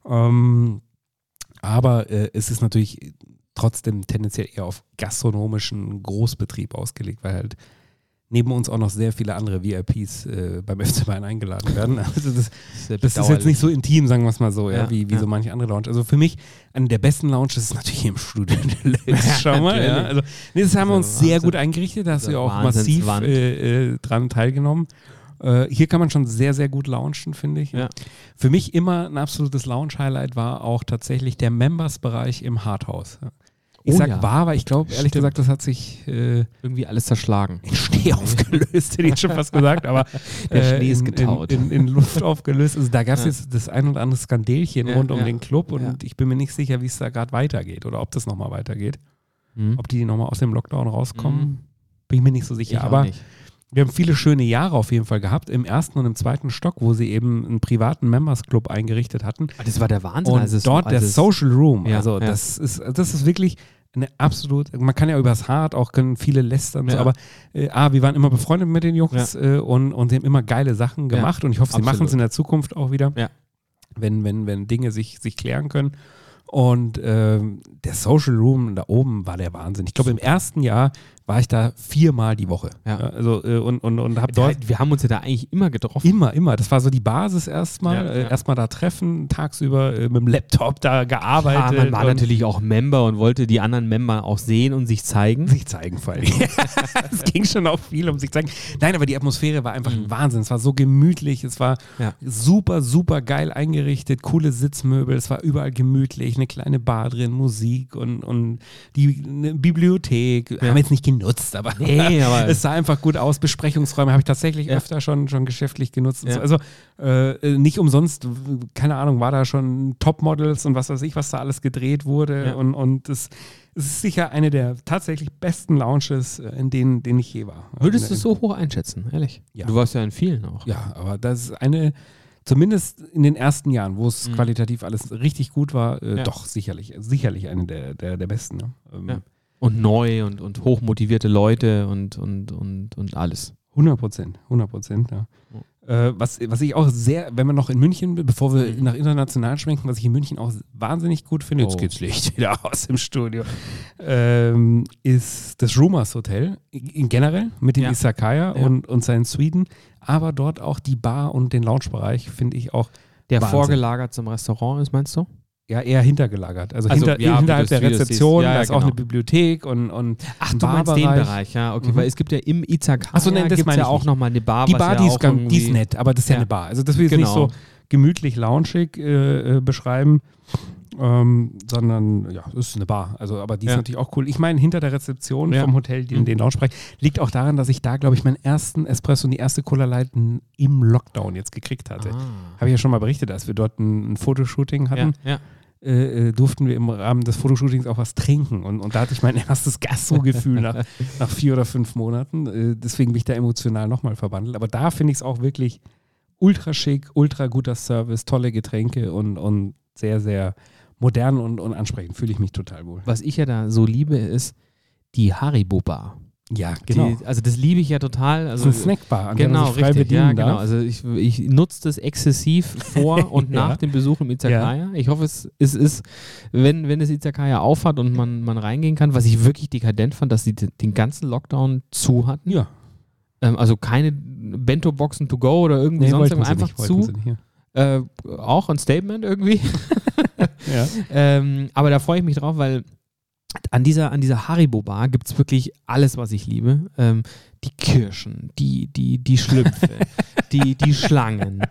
Aber es ist natürlich trotzdem tendenziell eher auf gastronomischen Großbetrieb ausgelegt, weil halt neben uns auch noch sehr viele andere VIPs beim FC Bayern eingeladen werden. Also das ist jetzt nicht so intim, sagen wir es mal so, wie so manche andere Lounge. Also für mich, eine der besten Lounges ist natürlich hier im Studio Deluxe. Schau mal. Ja. Also, das haben wir uns sehr gut eingerichtet, da hast du ja auch massiv dran teilgenommen. Hier kann man schon sehr, sehr gut launchen, finde ich. Ja. Für mich immer ein absolutes Lounge-Highlight war auch tatsächlich der Members-Bereich im Harthaus. Ich weil ich glaube, ehrlich gesagt, das hat sich irgendwie alles zerschlagen. In Schnee aufgelöst, hätte ich schon fast gesagt, aber der Schnee ist getaut. In Luft aufgelöst. Also da gab es jetzt das ein oder andere Skandelchen rund um den Club und ich bin mir nicht sicher, wie es da gerade weitergeht oder ob das nochmal weitergeht. Ob die nochmal aus dem Lockdown rauskommen, bin ich mir nicht so sicher. Aber wir haben viele schöne Jahre auf jeden Fall gehabt, im ersten und im zweiten Stock, wo sie eben einen privaten Members-Club eingerichtet hatten. Das war der Wahnsinn. Und dort der Social Room, das ist wirklich eine absolut, man kann ja übers Hart, auch können viele lästern, so, aber wir waren immer befreundet mit den Jungs und sie haben immer geile Sachen gemacht und ich hoffe, sie machen es in der Zukunft auch wieder, wenn Dinge sich klären können. Und der Social Room da oben war der Wahnsinn. Ich glaube, im ersten Jahr war ich da 4-mal die Woche. Ja. Also, und habe dort. Wir haben uns ja da eigentlich immer getroffen. Immer. Das war so die Basis erstmal. Erstmal da treffen, tagsüber mit dem Laptop da gearbeitet. Man war natürlich auch Member und wollte die anderen Member auch sehen und sich zeigen. Vor allem. Es ging schon auch viel um sich zeigen. Nein, aber die Atmosphäre war einfach ein Wahnsinn. Es war so gemütlich. Es war super, super geil eingerichtet. Coole Sitzmöbel. Es war überall gemütlich. Eine kleine Bar drin, Musik und eine Bibliothek. Haben wir jetzt nicht genutzt, aber es sah einfach gut aus. Besprechungsräume habe ich tatsächlich öfter schon geschäftlich genutzt. Ja. Also nicht umsonst, keine Ahnung, war da schon Topmodels und was weiß ich, was da alles gedreht wurde. Ja. Und es ist sicher eine der tatsächlich besten Lounges, in denen ich je war. Würdest du es so hoch einschätzen, ehrlich? Ja. Du warst ja in vielen auch. Ja, aber das ist zumindest in den ersten Jahren, wo es qualitativ alles richtig gut war, doch sicherlich eine der besten. Ne? Und neu und hochmotivierte Leute und alles. 100%, ja. Was ich auch sehr, wenn wir noch in München, bevor wir nach international schwenken, was ich in München auch wahnsinnig gut finde, jetzt geht's Licht wieder aus im Studio, ist das Rumors Hotel, generell mit dem Izakaya und seinen Suiten, aber dort auch die Bar und den Loungebereich finde ich auch der Wahnsinn. Vorgelagert zum Restaurant ist, meinst du? Ja, eher hintergelagert. Also hinterhalb der Rezeption, da ist auch eine Bibliothek und ach, du meinst den Bereich, ja, okay, weil es gibt ja im Izakaya gibt es ja auch nochmal eine Bar. Die Bar, die ist nett, aber das ist ja eine Bar. Also das will ich nicht so gemütlich, loungig beschreiben, sondern es ist eine Bar. Also, aber die ist natürlich auch cool. Ich meine, hinter der Rezeption vom Hotel, den Loungebereich, liegt auch daran, dass ich da, glaube ich, meinen ersten Espresso und die erste Cola Light im Lockdown jetzt gekriegt hatte. Habe ich ja schon mal berichtet, als wir dort ein Fotoshooting hatten. durften wir im Rahmen des Fotoshootings auch was trinken. Und da hatte ich mein erstes Gastro-Gefühl nach 4 oder 5 Monaten. Deswegen bin ich da emotional nochmal verwandelt. Aber da finde ich es auch wirklich ultra schick, ultra guter Service, tolle Getränke und sehr, sehr modern und ansprechend. Fühle ich mich total wohl. Was ich ja da so liebe, ist die Haribo-Bar. Ja, genau. Also das liebe ich ja total. Also, das ist eine Snackbar, an genau, der man sich frei richtig, bedienen genau. darf. Also ich nutze das exzessiv vor und nach dem Besuch im Izakaya. Ich hoffe, es ist, wenn das Izakaya aufhat und man reingehen kann, was ich wirklich dekadent fand, dass sie den ganzen Lockdown zu hatten. Ja. Also keine Bento-Boxen to go oder irgendwie sonst irgendwas, einfach zu. Auch ein Statement irgendwie. Ja. Aber da freue ich mich drauf, weil an dieser Haribo-Bar gibt es wirklich alles, was ich liebe. Die Kirschen, die Schlümpfe, die Schlangen,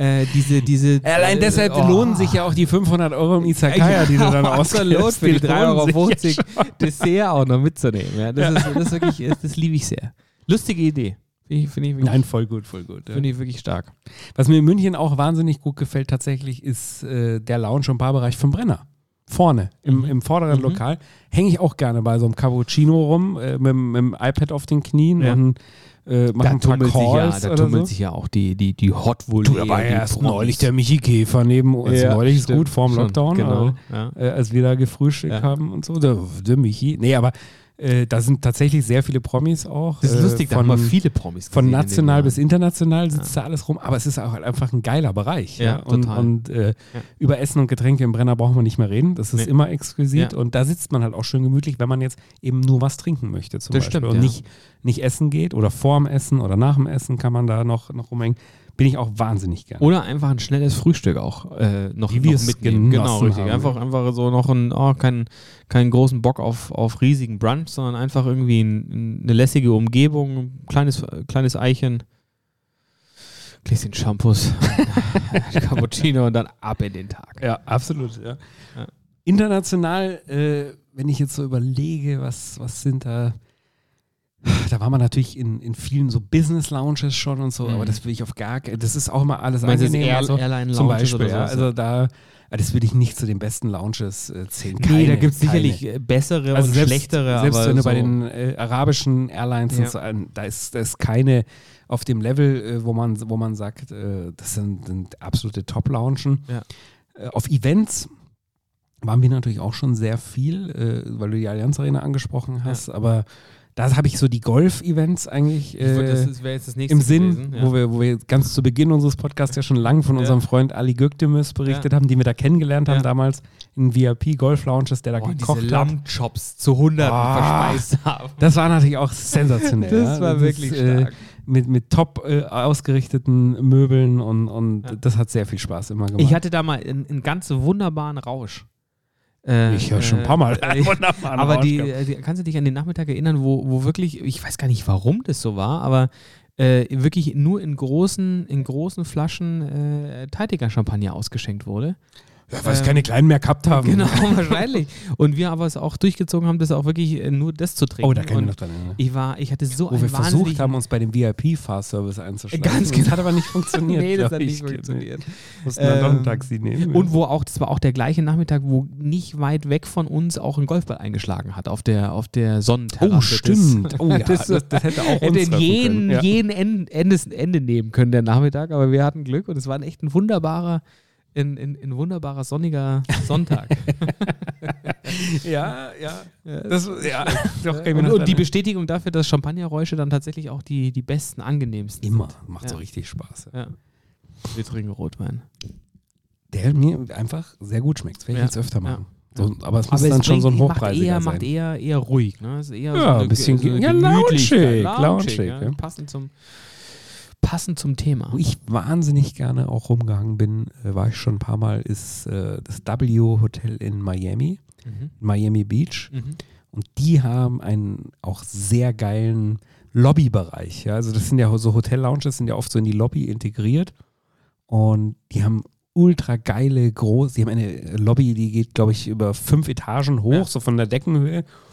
diese allein deshalb lohnen sich ja auch die 500 € im Izakaya, die du dann ausgibst. Für die 3,50 € Dessert auch noch mitzunehmen. Ja, das ist wirklich, das liebe ich sehr. Lustige Idee. Finde ich wirklich, nein, voll gut. Ja. Finde ich wirklich stark. Was mir in München auch wahnsinnig gut gefällt tatsächlich, ist der Lounge- und Barbereich vom Brenner. Vorne, im vorderen Lokal, hänge ich auch gerne bei so einem Cappuccino rum, mit dem iPad auf den Knien und mache ein paar Calls da tummelt sich ja auch die Hot Wool. Du, da war ja erst neulich der Michi Käfer neben uns. Ja, neulich ist gut, vorm Lockdown, genau, als wir da gefrühstückt haben und so. Der Michi. Nee, aber da sind tatsächlich sehr viele Promis auch. Das ist lustig, da haben wir viele Promis gesehen. Von national bis international sitzt da alles rum, aber es ist auch halt einfach ein geiler Bereich. Ja, total. Und über Essen und Getränke im Brenner brauchen wir nicht mehr reden. Das ist immer exquisit und da sitzt man halt auch schön gemütlich, wenn man jetzt eben nur was trinken möchte zum Beispiel. Stimmt, und nicht essen geht oder vorm Essen oder nach dem Essen kann man da noch rumhängen. Bin ich auch wahnsinnig gerne. Oder einfach ein schnelles Frühstück auch noch mitnehmen. Genau, richtig. Einfach so noch keinen großen Bock auf riesigen Brunch, sondern einfach irgendwie eine lässige Umgebung, kleines Eichen, Gläschen Shampoos, Cappuccino und dann ab in den Tag. Ja, absolut. Ja. International, wenn ich jetzt so überlege, was sind da war man natürlich in vielen so Business-Lounges schon und so, aber das will ich auf gar keinen, das ist auch immer alles angenehm. Airline-Lounges zum Beispiel, oder so. Also das würde ich nicht zu den besten Lounges zählen. Nee, da gibt es sicherlich bessere und schlechtere. Selbst aber wenn du so bei den arabischen Airlines, und so, da ist keine auf dem Level, wo man sagt, das sind absolute Top-Loungen. Ja. Auf Events waren wir natürlich auch schon sehr viel, weil du die Allianz Arena angesprochen hast, aber da habe ich so die Golf-Events eigentlich das wäre jetzt das nächste im Sinn, gewesen, wo wir ganz zu Beginn unseres Podcasts ja schon lange von unserem Freund Ali Gökdemir berichtet haben, den wir da kennengelernt haben damals in VIP-Golf-Lounges, der da gekocht diese hat. Lammchops zu Hunderten verspeist haben. Das war natürlich auch sensationell. Das war wirklich stark. Mit top ausgerichteten Möbeln und das hat sehr viel Spaß immer gemacht. Ich hatte da mal einen ganz wunderbaren Rausch. Ich höre schon ein paar Mal. Aber kannst du dich an den Nachmittag erinnern, wo wirklich, ich weiß gar nicht, warum das so war, aber wirklich nur in großen Flaschen Teitiger Champagner ausgeschenkt wurde. Ja, weil es keine kleinen mehr gehabt haben. Genau, wahrscheinlich. Und wir aber es auch durchgezogen haben, das auch wirklich nur das zu trinken. Oh, da kann ich noch dran erinnern. Ich hatte so wo wir versucht haben, uns bei dem VIP-Fahrservice einzuschlagen. Ganz genau. Das hat aber nicht funktioniert. Nee, das hat nicht funktioniert. Mussten dann noch ein Taxi nehmen. Und das war auch der gleiche Nachmittag, wo nicht weit weg von uns auch ein Golfball eingeschlagen hat, auf der Sonnenterrasse. Oh, stimmt. Das hätte auch uns hätte jeden Ende nehmen können, der Nachmittag, aber wir hatten Glück und es war echt ein wunderbarer sonniger Sonntag. Ja. Und die Bestätigung dafür, dass Champagnerräusche dann tatsächlich auch die besten, angenehmsten immer. sind. Macht so richtig Spaß. Ja. Wir trinken Rotwein. Der mir einfach sehr gut schmeckt. Das werde ich jetzt öfter machen. Ja. So, aber es muss dann schon so ein hochpreisiger sein. Macht eher ruhig. Ne? Ist eher ein bisschen launchig. Ja. Passend zum Thema. Wo ich wahnsinnig gerne auch rumgegangen bin, war ich schon ein paar Mal, ist das W Hotel in Miami, Miami Beach. Und die haben einen auch sehr geilen Lobbybereich. Ja? Also das sind ja so Hotel-Lounges, sind ja oft so in die Lobby integriert. Und die haben ultra geile, die haben eine Lobby, die geht, glaube ich, über 5 Etagen hoch, so von der Deckenhöhe.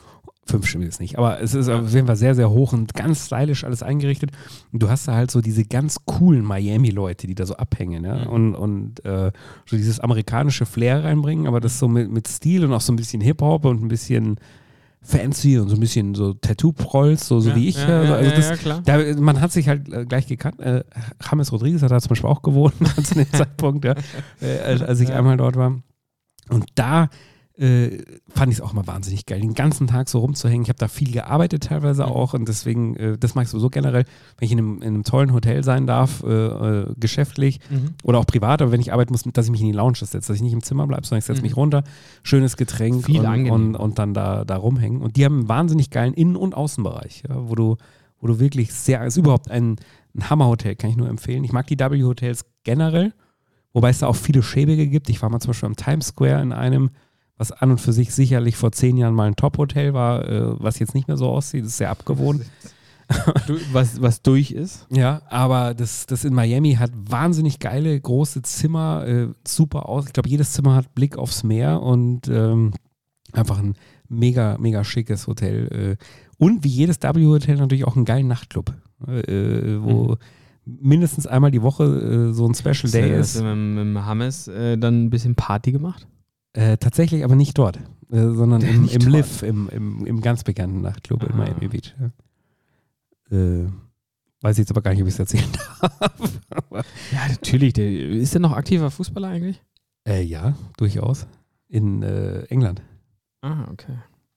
5-stimmiges ist nicht, aber es ist auf jeden Fall sehr, sehr hoch und ganz stylisch alles eingerichtet. Und du hast da halt so diese ganz coolen Miami-Leute, die da so abhängen, ja? Und so dieses amerikanische Flair reinbringen, aber das so mit Stil und auch so ein bisschen Hip-Hop und ein bisschen fancy und so ein bisschen so Tattoo-Prolls, so wie ich. Klar. Man hat sich halt gleich gekannt. James Rodriguez hat da zum Beispiel auch gewohnt zu dem Zeitpunkt, als ich einmal dort war. Und da fand ich es auch mal wahnsinnig geil, den ganzen Tag so rumzuhängen. Ich habe da viel gearbeitet teilweise auch und deswegen, das mache ich sowieso generell, wenn ich in einem tollen Hotel sein darf, geschäftlich oder auch privat, aber wenn ich arbeiten muss, dass ich mich in die Lounge setze, dass ich nicht im Zimmer bleibe, sondern ich setze mich runter, schönes Getränk und dann da rumhängen. Und die haben einen wahnsinnig geilen Innen- und Außenbereich, wo du wirklich ist überhaupt ein Hammerhotel, kann ich nur empfehlen. Ich mag die W-Hotels generell, wobei es da auch viele schäbige gibt. Ich war mal zum Beispiel am Times Square in einem, was an und für sich sicherlich vor 10 Jahren mal ein Top-Hotel war, was jetzt nicht mehr so aussieht, das ist sehr abgewohnt. Was durch ist. Ja, aber das in Miami hat wahnsinnig geile, große Zimmer, super aus. Ich glaube, jedes Zimmer hat Blick aufs Meer und einfach ein mega, mega schickes Hotel. Und wie jedes W-Hotel natürlich auch einen geilen Nachtclub, wo mindestens einmal die Woche so ein Special Day ist. Hast du mit James dann ein bisschen Party gemacht? Tatsächlich aber nicht dort, sondern im Liv, im ganz bekannten Nachtclub in Miami Beach. Ja. Weiß ich jetzt aber gar nicht, ob ich es erzählen darf. Ja, natürlich. Ist der noch aktiver Fußballer eigentlich? Ja, durchaus. In England. Ah, okay.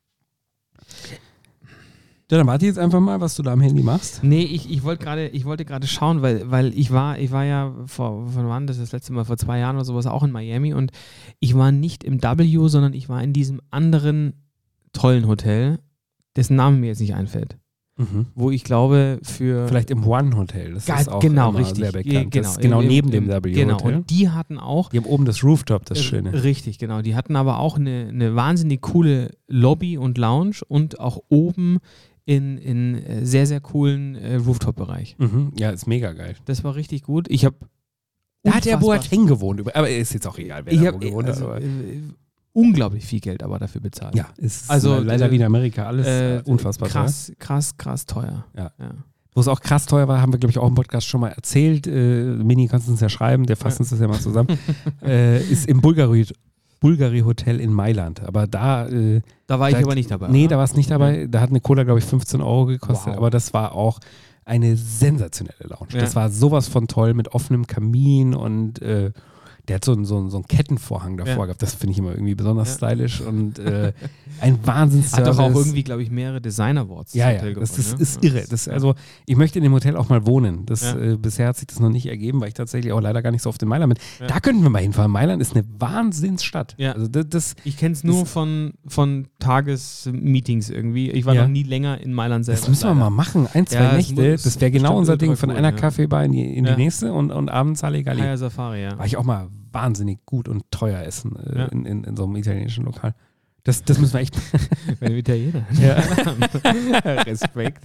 Ja, dann warte jetzt einfach mal, was du da am Handy machst. Nee, ich wollte gerade schauen, weil ich war ja von wann das letzte Mal, vor 2 Jahren oder sowas, auch in Miami und ich war nicht im W, sondern ich war in diesem anderen tollen Hotel, dessen Name mir jetzt nicht einfällt. Wo ich glaube vielleicht im One Hotel, das ist auch genau, immer richtig, sehr bekannt. Genau, das ist genau neben dem W Genau, Hotel. und die hatten auch... Die haben oben das Rooftop, das Schöne. Richtig, genau. Die hatten aber auch eine wahnsinnig coole Lobby und Lounge und auch oben in sehr, sehr coolen Rooftop-Bereich. Ja, ist mega geil. Das war richtig gut. Da hat der Boateng gewohnt, aber ist jetzt auch egal, wer da gewohnt hat. Unglaublich viel Geld aber dafür bezahlt. Ja, ist leider wie in Amerika alles unfassbar krass teuer. Ja. Wo es auch krass teuer war, haben wir, glaube ich, auch im Podcast schon mal erzählt. Mini, kannst du uns ja schreiben, der fasst uns das ja mal zusammen. Ist im Bulgari Hotel in Mailand. Aber da war ich aber nicht dabei. Nee, da war es nicht dabei. Da hat eine Cola, glaube ich, 15 € gekostet. Wow. Aber das war auch eine sensationelle Lounge. Ja. Das war sowas von toll mit offenem Kamin und der hat so einen Kettenvorhang davor gehabt. Das finde ich immer irgendwie besonders stylisch und ein Wahnsinnsservice. Hat doch auch irgendwie, glaube ich, mehrere Design-Awards. Ja, das ist irre. Also ich möchte in dem Hotel auch mal wohnen. Bisher hat sich das noch nicht ergeben, weil ich tatsächlich auch leider gar nicht so oft in Mailand bin. Ja. Da könnten wir mal hinfahren. Mailand ist eine Wahnsinnsstadt. Ja. Also ich kenne es nur von Tagesmeetings irgendwie. Ich war noch nie länger in Mailand selber. Das müssen wir mal machen. 1-2 Nächte. Das wäre genau unser Ding. Von einer Kaffeebar in die nächste und abends Halligalli. Haya Safari, ja. War ich auch mal wahnsinnig gut und teuer essen in so einem italienischen Lokal. Das müssen wir echt. Wenn wir Italiener. Ja. Respekt.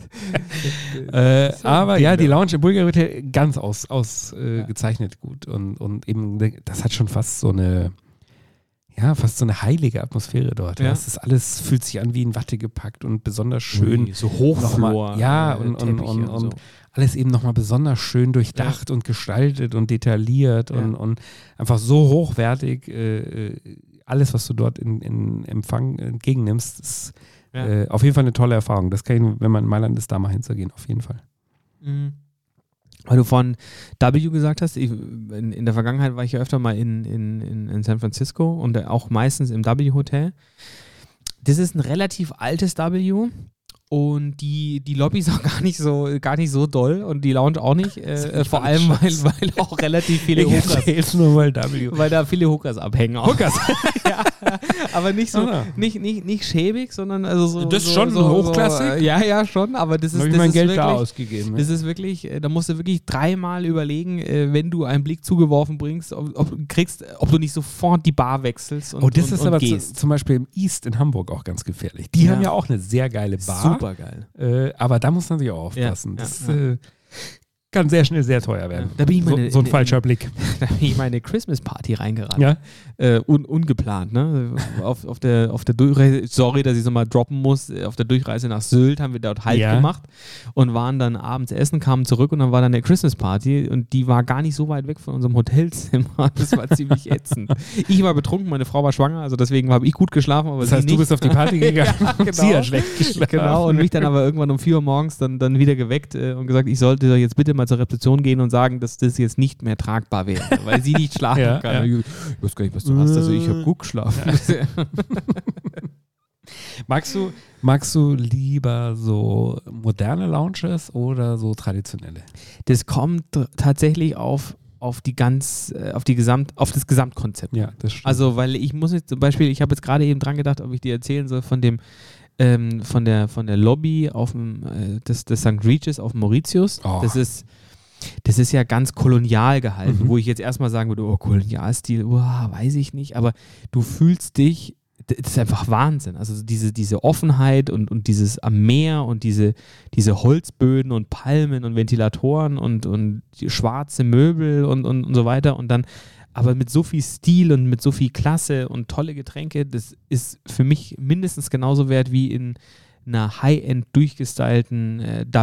Aber ja, die Lounge im Bulgari Hotel ganz ausgezeichnet gut und eben, das hat schon fast so eine heilige Atmosphäre dort. Ja. Das ist alles, fühlt sich an wie in Watte gepackt und besonders schön. So Hochflor. Und alles eben nochmal besonders schön durchdacht und gestaltet und detailliert und einfach so hochwertig. Alles, was du dort in Empfang entgegennimmst, ist auf jeden Fall eine tolle Erfahrung. Das kann ich, wenn man in Mailand ist, da mal hinzugehen, auf jeden Fall. Mhm. Weil du von W gesagt hast, in der Vergangenheit war ich ja öfter mal in San Francisco und auch meistens im W-Hotel. Das ist ein relativ altes W und die Lobby ist auch gar nicht so doll und die Lounge auch nicht. Vor allem, weil auch relativ viele Hookers. Nur weil W. Weil da viele Hookers abhängen. Auch. Hookers? Ja, aber nicht so, nicht schäbig, sondern also so. Das ist schon hochklassig? Ja, schon, aber das ist. Habe ich mein Geld da ausgegeben. Das ist wirklich, da musst du wirklich 3-mal überlegen, wenn du einen Blick zugeworfen bringst, ob du nicht sofort die Bar wechselst und das ist und aber gehst. Zum Beispiel im East in Hamburg auch ganz gefährlich. Die haben ja auch eine sehr geile Bar. Super geil. Aber da muss man natürlich auch aufpassen. kann sehr schnell sehr teuer werden. Da bin ich so ein falscher Blick. Da bin ich meine Christmas-Party reingeraten. Ja? Ungeplant, ne? Auf der Durchreise, sorry, dass ich es nochmal droppen muss, auf der Durchreise nach Sylt haben wir dort Halt gemacht und waren dann abends essen, kamen zurück und dann war dann eine Christmas-Party und die war gar nicht so weit weg von unserem Hotelzimmer. Das war ziemlich ätzend. Ich war betrunken, meine Frau war schwanger, also deswegen habe ich gut geschlafen. Aber das heißt, du bist auf die Party gegangen genau. Sie hat schlecht geschlafen. Genau, und mich dann aber irgendwann um 4 Uhr morgens dann wieder geweckt und gesagt, ich sollte jetzt bitte mal zur Rezeption gehen und sagen, dass das jetzt nicht mehr tragbar wäre, weil sie nicht schlafen kann. Ich weiß gar nicht, was du hast, also ich habe gut geschlafen. Magst du lieber so moderne Lounges oder so traditionelle? Das kommt tatsächlich auf das Gesamtkonzept. Ja, das stimmt. Also, weil ich muss jetzt zum Beispiel, ich habe jetzt gerade eben dran gedacht, ob ich dir erzählen soll von dem von der Lobby auf dem des St. Regis auf Mauritius. Oh. Das ist ja ganz kolonial gehalten, wo ich jetzt erstmal sagen würde, oh, Kolonialstil, weiß ich nicht, aber du fühlst dich, das ist einfach Wahnsinn. Also diese Offenheit und dieses am Meer und diese Holzböden und Palmen und Ventilatoren und schwarze Möbel und so weiter und dann aber mit so viel Stil und mit so viel Klasse und tolle Getränke, das ist für mich mindestens genauso wert wie in einer High-End durchgestylten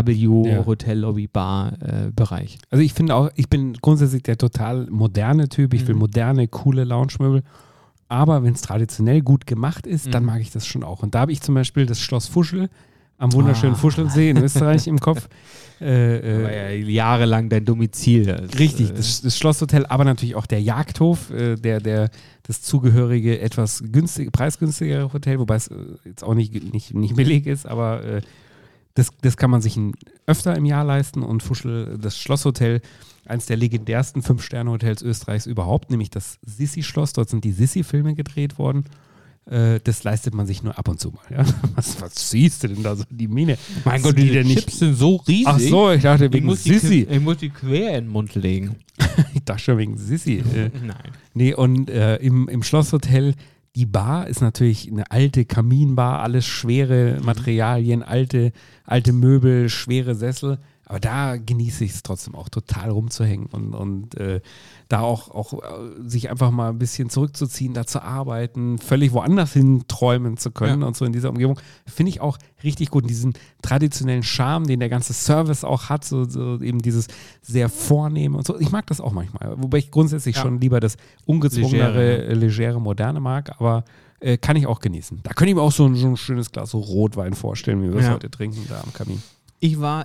Hotel-Lobby-Bar-Bereich. Also ich finde auch, ich bin grundsätzlich der total moderne Typ. Ich will moderne, coole Lounge-Möbel. Aber wenn es traditionell gut gemacht ist, dann mag ich das schon auch. Und da habe ich zum Beispiel das Schloss Fuschel am wunderschönen Fuschelsee in Österreich im Kopf. War ja jahrelang dein Domizil. Richtig, das Schlosshotel, aber natürlich auch der Jagdhof, das zugehörige, etwas preisgünstigere Hotel, wobei es jetzt auch nicht billig ist, aber das kann man sich öfter im Jahr leisten. Und Fuschel, das Schlosshotel, eines der legendärsten 5-Sterne-Hotels Österreichs überhaupt, nämlich das Sissi-Schloss. Dort sind die Sissi-Filme gedreht worden. Das leistet man sich nur ab und zu mal. Ja? Was siehst du denn da so, die Miene? Mein Gott, die Chips sind so riesig. Ach so, ich dachte wegen Sissi. Ich muss die quer in den Mund legen. Ich dachte schon wegen Sissi. Nein. Nee, und im Schlosshotel, die Bar ist natürlich eine alte Kaminbar, alles schwere Materialien, alte Möbel, schwere Sessel. Aber da genieße ich es trotzdem auch total rumzuhängen und da auch sich einfach mal ein bisschen zurückzuziehen, da zu arbeiten, völlig woanders hin träumen zu können und so in dieser Umgebung. Finde ich auch richtig gut. Und diesen traditionellen Charme, den der ganze Service auch hat, so eben dieses sehr Vornehme und so. Ich mag das auch manchmal. Wobei ich grundsätzlich schon lieber das ungezwungenere, legere, moderne mag, aber kann ich auch genießen. Da könnte ich mir auch so ein schönes Glas Rotwein vorstellen, wie wir es heute trinken, da am Kamin. Ich war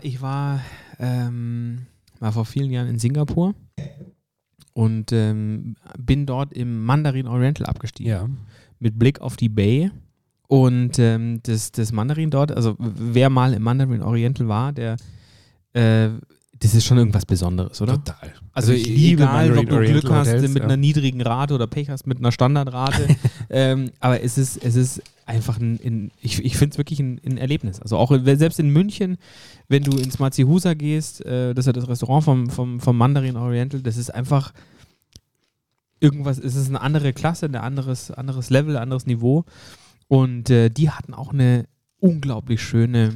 vor vielen Jahren in Singapur und bin dort im Mandarin Oriental abgestiegen. Ja. Mit Blick auf die Bay. Und das Mandarin dort, also wer mal im Mandarin Oriental war, das ist schon irgendwas Besonderes, oder? Total. Also ich liebe egal, ob du Oriental Glück hast Hotels, mit einer niedrigen Rate oder Pech hast mit einer Standardrate. Aber es ist einfach ich finde es wirklich ein Erlebnis. Also auch selbst in München, wenn du ins Mazihusa gehst, das ist ja das Restaurant vom Mandarin Oriental, das ist einfach irgendwas, es ist eine andere Klasse, ein anderes Level, ein anderes Niveau. Und die hatten auch eine unglaublich schöne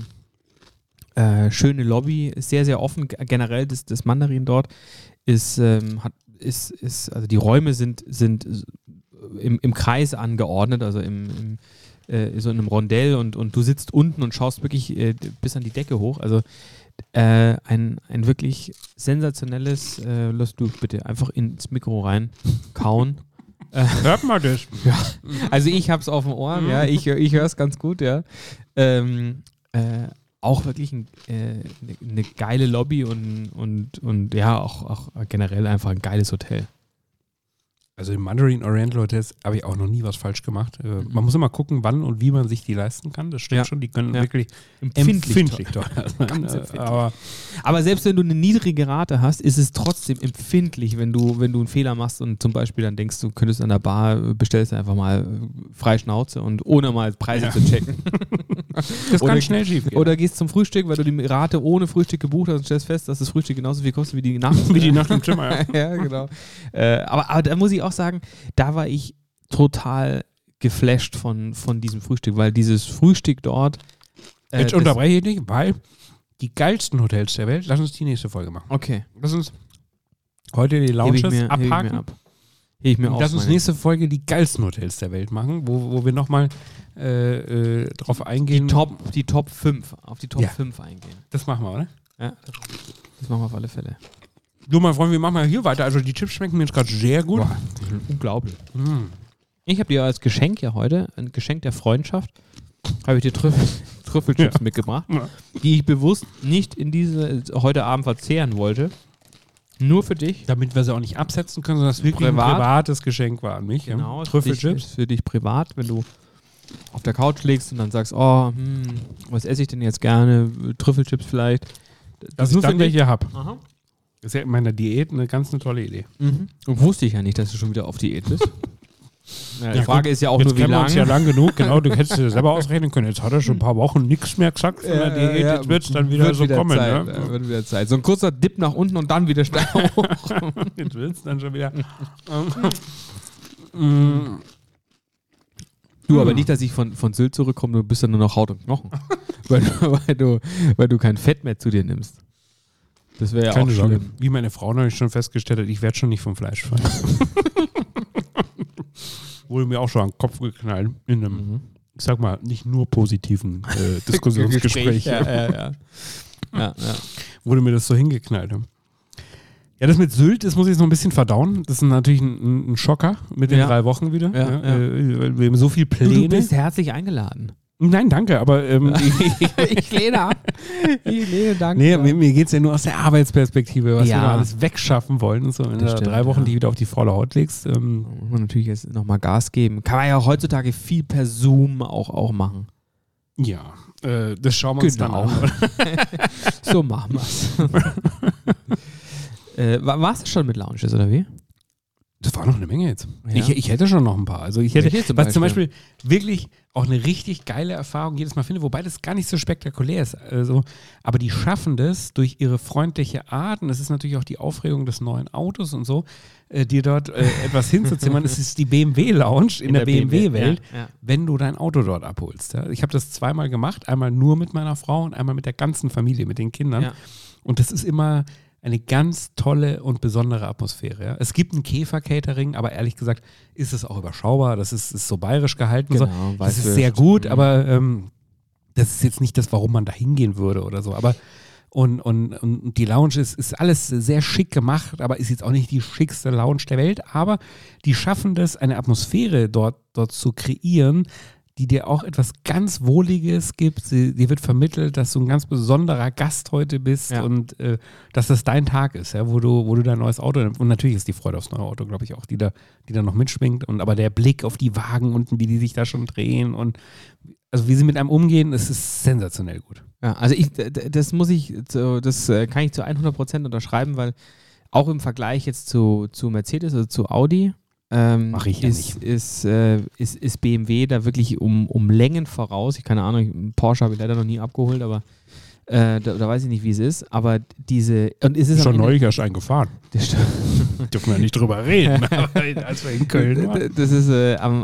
Lobby, ist sehr, sehr offen. Generell das Mandarin dort also die Räume sind im Kreis angeordnet, also so in einem Rondell und du sitzt unten und schaust wirklich bis an die Decke hoch. Also ein wirklich sensationelles, lass du bitte einfach ins Mikro rein kauen. Hört mal das. Ja. Also ich hab's auf dem Ohr, ja, ich höre es ganz gut, ja. Auch wirklich eine geile Lobby und ja, auch generell einfach ein geiles Hotel. Also im Mandarin Oriental Hotels habe ich auch noch nie was falsch gemacht. Man muss immer gucken, wann und wie man sich die leisten kann. Das stimmt schon, die können wirklich empfindlich teuer sein. Ganz empfindlich. Aber selbst wenn du eine niedrige Rate hast, ist es trotzdem empfindlich, wenn du einen Fehler machst und zum Beispiel dann denkst, du könntest an der Bar, bestellst einfach mal frei Schnauze und ohne mal Preise zu checken. Das kann schnell schief gehen. Oder gehst zum Frühstück, weil du die Rate ohne Frühstück gebucht hast und stellst fest, dass das Frühstück genauso viel kostet wie die Nacht. Wie die Nacht im Zimmer, ja. Ja, genau. Aber da muss ich auch sagen, da war ich total geflasht von diesem Frühstück, weil dieses Frühstück dort Jetzt unterbreche ich nicht, weil die geilsten Hotels der Welt. Lass uns die nächste Folge machen. Okay. Lass uns heute die Lounges abhaken. Lass uns nächste Folge die geilsten Hotels der Welt machen, wo wir nochmal drauf eingehen. Die Top 5. Auf die Top 5 eingehen. Das machen wir, oder? Ja, das machen wir auf alle Fälle. Du, mein Freund, wir machen mal hier weiter. Also die Chips schmecken mir jetzt gerade sehr gut. Boah, unglaublich. Ich habe dir als Geschenk ja heute, ein Geschenk der Freundschaft, habe ich dir Trüffelchips mitgebracht, die ich bewusst nicht in diese heute Abend verzehren wollte. Nur für dich. Damit wir sie auch nicht absetzen können, sondern das wirklich ein privates Geschenk war an mich. Genau, Trüffelchips. Ist für dich privat, wenn du auf der Couch liegst und dann sagst, was esse ich denn jetzt gerne? Trüffelchips vielleicht. Dass ich dann welche habe. Das ist ja in meiner Diät eine ganz tolle Idee. Und wusste ich ja nicht, dass du schon wieder auf Diät bist. Ja, die Frage ist ja auch nur, wie lange. Jetzt ja lang genug, genau, du hättest dir selber ausrechnen können. Jetzt hat er schon ein paar Wochen nichts mehr gesagt von der Diät, jetzt wird es dann wieder so kommen. Zeit, wird wieder Zeit. So ein kurzer Dip nach unten und dann wieder steil hoch. Jetzt wird es dann schon wieder. Du, aber nicht, dass ich von Sylt zurückkomme, du bist dann nur noch Haut und Knochen. weil du kein Fett mehr zu dir nimmst. Das wäre ja Keine auch Sorge. schlimm. Wie meine Frau neulich schon festgestellt hat, ich werde schon nicht vom Fleisch fallen. Wurde mir auch schon an den Kopf geknallt in einem, ich sag mal, nicht nur positiven Diskussionsgespräch. Ja. Wurde mir das so hingeknallt. Ja, das mit Sylt, das muss ich jetzt noch ein bisschen verdauen. Das ist natürlich ein Schocker mit den 3 Wochen wieder. Wir haben so viel Pläne. Du bist herzlich eingeladen. Nein, danke, aber ich lehne ab. Ich lehne, danke. Nee, mir geht es ja nur aus der Arbeitsperspektive, was wir da alles wegschaffen wollen. Und so. Wenn du da 3 Wochen die wieder auf die faule Haut legst. Muss man natürlich jetzt nochmal Gas geben. Kann man ja heutzutage viel per Zoom auch machen. Ja, das schauen wir uns dann an. So machen wir es. Warst du schon mit Lounges, oder wie? Das war noch eine Menge jetzt. Ja. Ich hätte schon noch ein paar. Also ich hätte, was zum Beispiel wirklich auch eine richtig geile Erfahrung jedes Mal finde, wobei das gar nicht so spektakulär ist. Also, aber die schaffen das durch ihre freundliche Art, und das ist natürlich auch die Aufregung des neuen Autos und so, dir dort etwas hinzuzimmern. Es ist die BMW-Lounge in der BMW-Welt, wenn du dein Auto dort abholst. Ja. Ich habe das 2-mal gemacht, einmal nur mit meiner Frau und einmal mit der ganzen Familie, mit den Kindern. Ja. Und das ist immer eine ganz tolle und besondere Atmosphäre. Ja. Es gibt ein Käfer-Catering, aber ehrlich gesagt ist es auch überschaubar. Das ist so bayerisch gehalten. Genau, so. Das ist sehr gut, aber das ist jetzt nicht das, warum man da hingehen würde oder so. Aber und die Lounge ist alles sehr schick gemacht, aber ist jetzt auch nicht die schickste Lounge der Welt. Aber die schaffen das, eine Atmosphäre dort zu kreieren, die dir auch etwas ganz Wohliges gibt. Dir wird vermittelt, dass du ein ganz besonderer Gast heute bist und dass das dein Tag ist, ja, wo du dein neues Auto nimmst. Und natürlich ist die Freude aufs neue Auto, glaube ich, auch, die da noch mitschwingt. Aber der Blick auf die Wagen unten, wie die sich da schon drehen und also wie sie mit einem umgehen, das ist sensationell gut. Ja, also das kann ich zu 100% unterschreiben, weil auch im Vergleich jetzt zu Mercedes, also zu Audi, ist BMW da wirklich um Längen voraus. Ich keine Ahnung, Porsche habe ich leider noch nie abgeholt, aber da weiß ich nicht, wie es ist. Aber diese. Und ist es schon neulich erst eingefahren. Dürfen wir nicht drüber reden, als wir in Köln waren. Das ist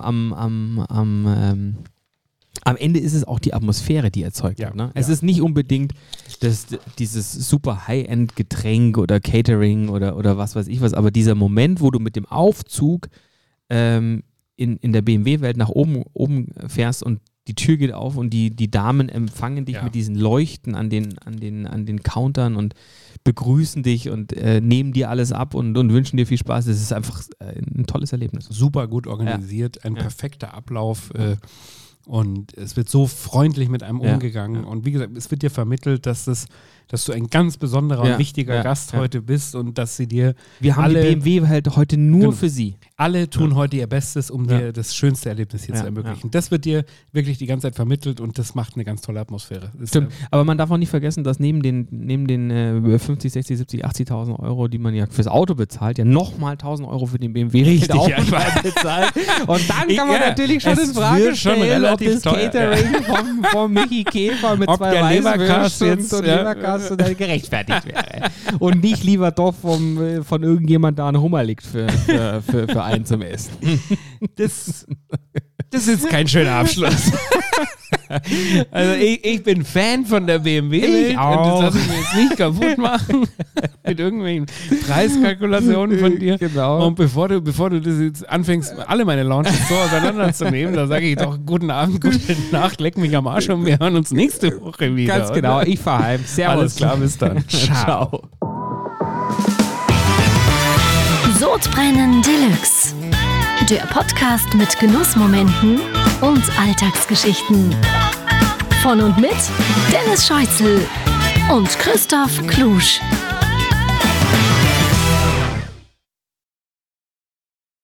am Ende ist es auch die Atmosphäre, die erzeugt wird. Ne? Es ist nicht unbedingt dieses super High-End-Getränk oder Catering oder was weiß ich was, aber dieser Moment, wo du mit dem Aufzug in der BMW-Welt nach oben fährst und die Tür geht auf und die Damen empfangen dich mit diesen Leuchten an den Countern und begrüßen dich und nehmen dir alles ab und wünschen dir viel Spaß. Das ist einfach ein tolles Erlebnis. Super gut organisiert, ein perfekter Ablauf. Und es wird so freundlich mit einem umgegangen. Und wie gesagt, es wird dir vermittelt, dass du ein ganz besonderer und wichtiger Gast heute bist und dass sie dir Wir haben die BMW halt heute nur für sie. Alle tun heute ihr Bestes, um dir das schönste Erlebnis hier zu ermöglichen. Das wird dir wirklich die ganze Zeit vermittelt und das macht eine ganz tolle Atmosphäre. Stimmt, aber man darf auch nicht vergessen, dass neben den 50, 60, 70, 80.000 Euro, die man ja fürs Auto bezahlt, ja nochmal 1.000 Euro für den BMW auch bezahlt. Und dann kann man natürlich schon in Frage stellen, ob das Catering vom Michi Käfer mit ob 2 Weißwürsten und Leberkast gerechtfertigt wäre. Und nicht lieber doch von irgendjemand da ein Hummer liegt für einen zum Essen. Das ist jetzt kein schöner Abschluss. Also ich bin Fan von der BMW-Welt und das lasse ich mir jetzt nicht kaputt machen mit irgendwelchen Preiskalkulationen von dir. Genau. Und bevor du das jetzt anfängst, alle meine Launches so auseinanderzunehmen, da sage ich doch guten Abend, gute Nacht, leck mich am Arsch und wir hören uns nächste Woche wieder. Ganz genau, ich fahr heim. Servus. Alles klar, bis dann. Ciao. Sodbrennen Deluxe. Der Podcast mit Genussmomenten und Alltagsgeschichten. Von und mit Dennis Scheuzel und Christoph Klusch.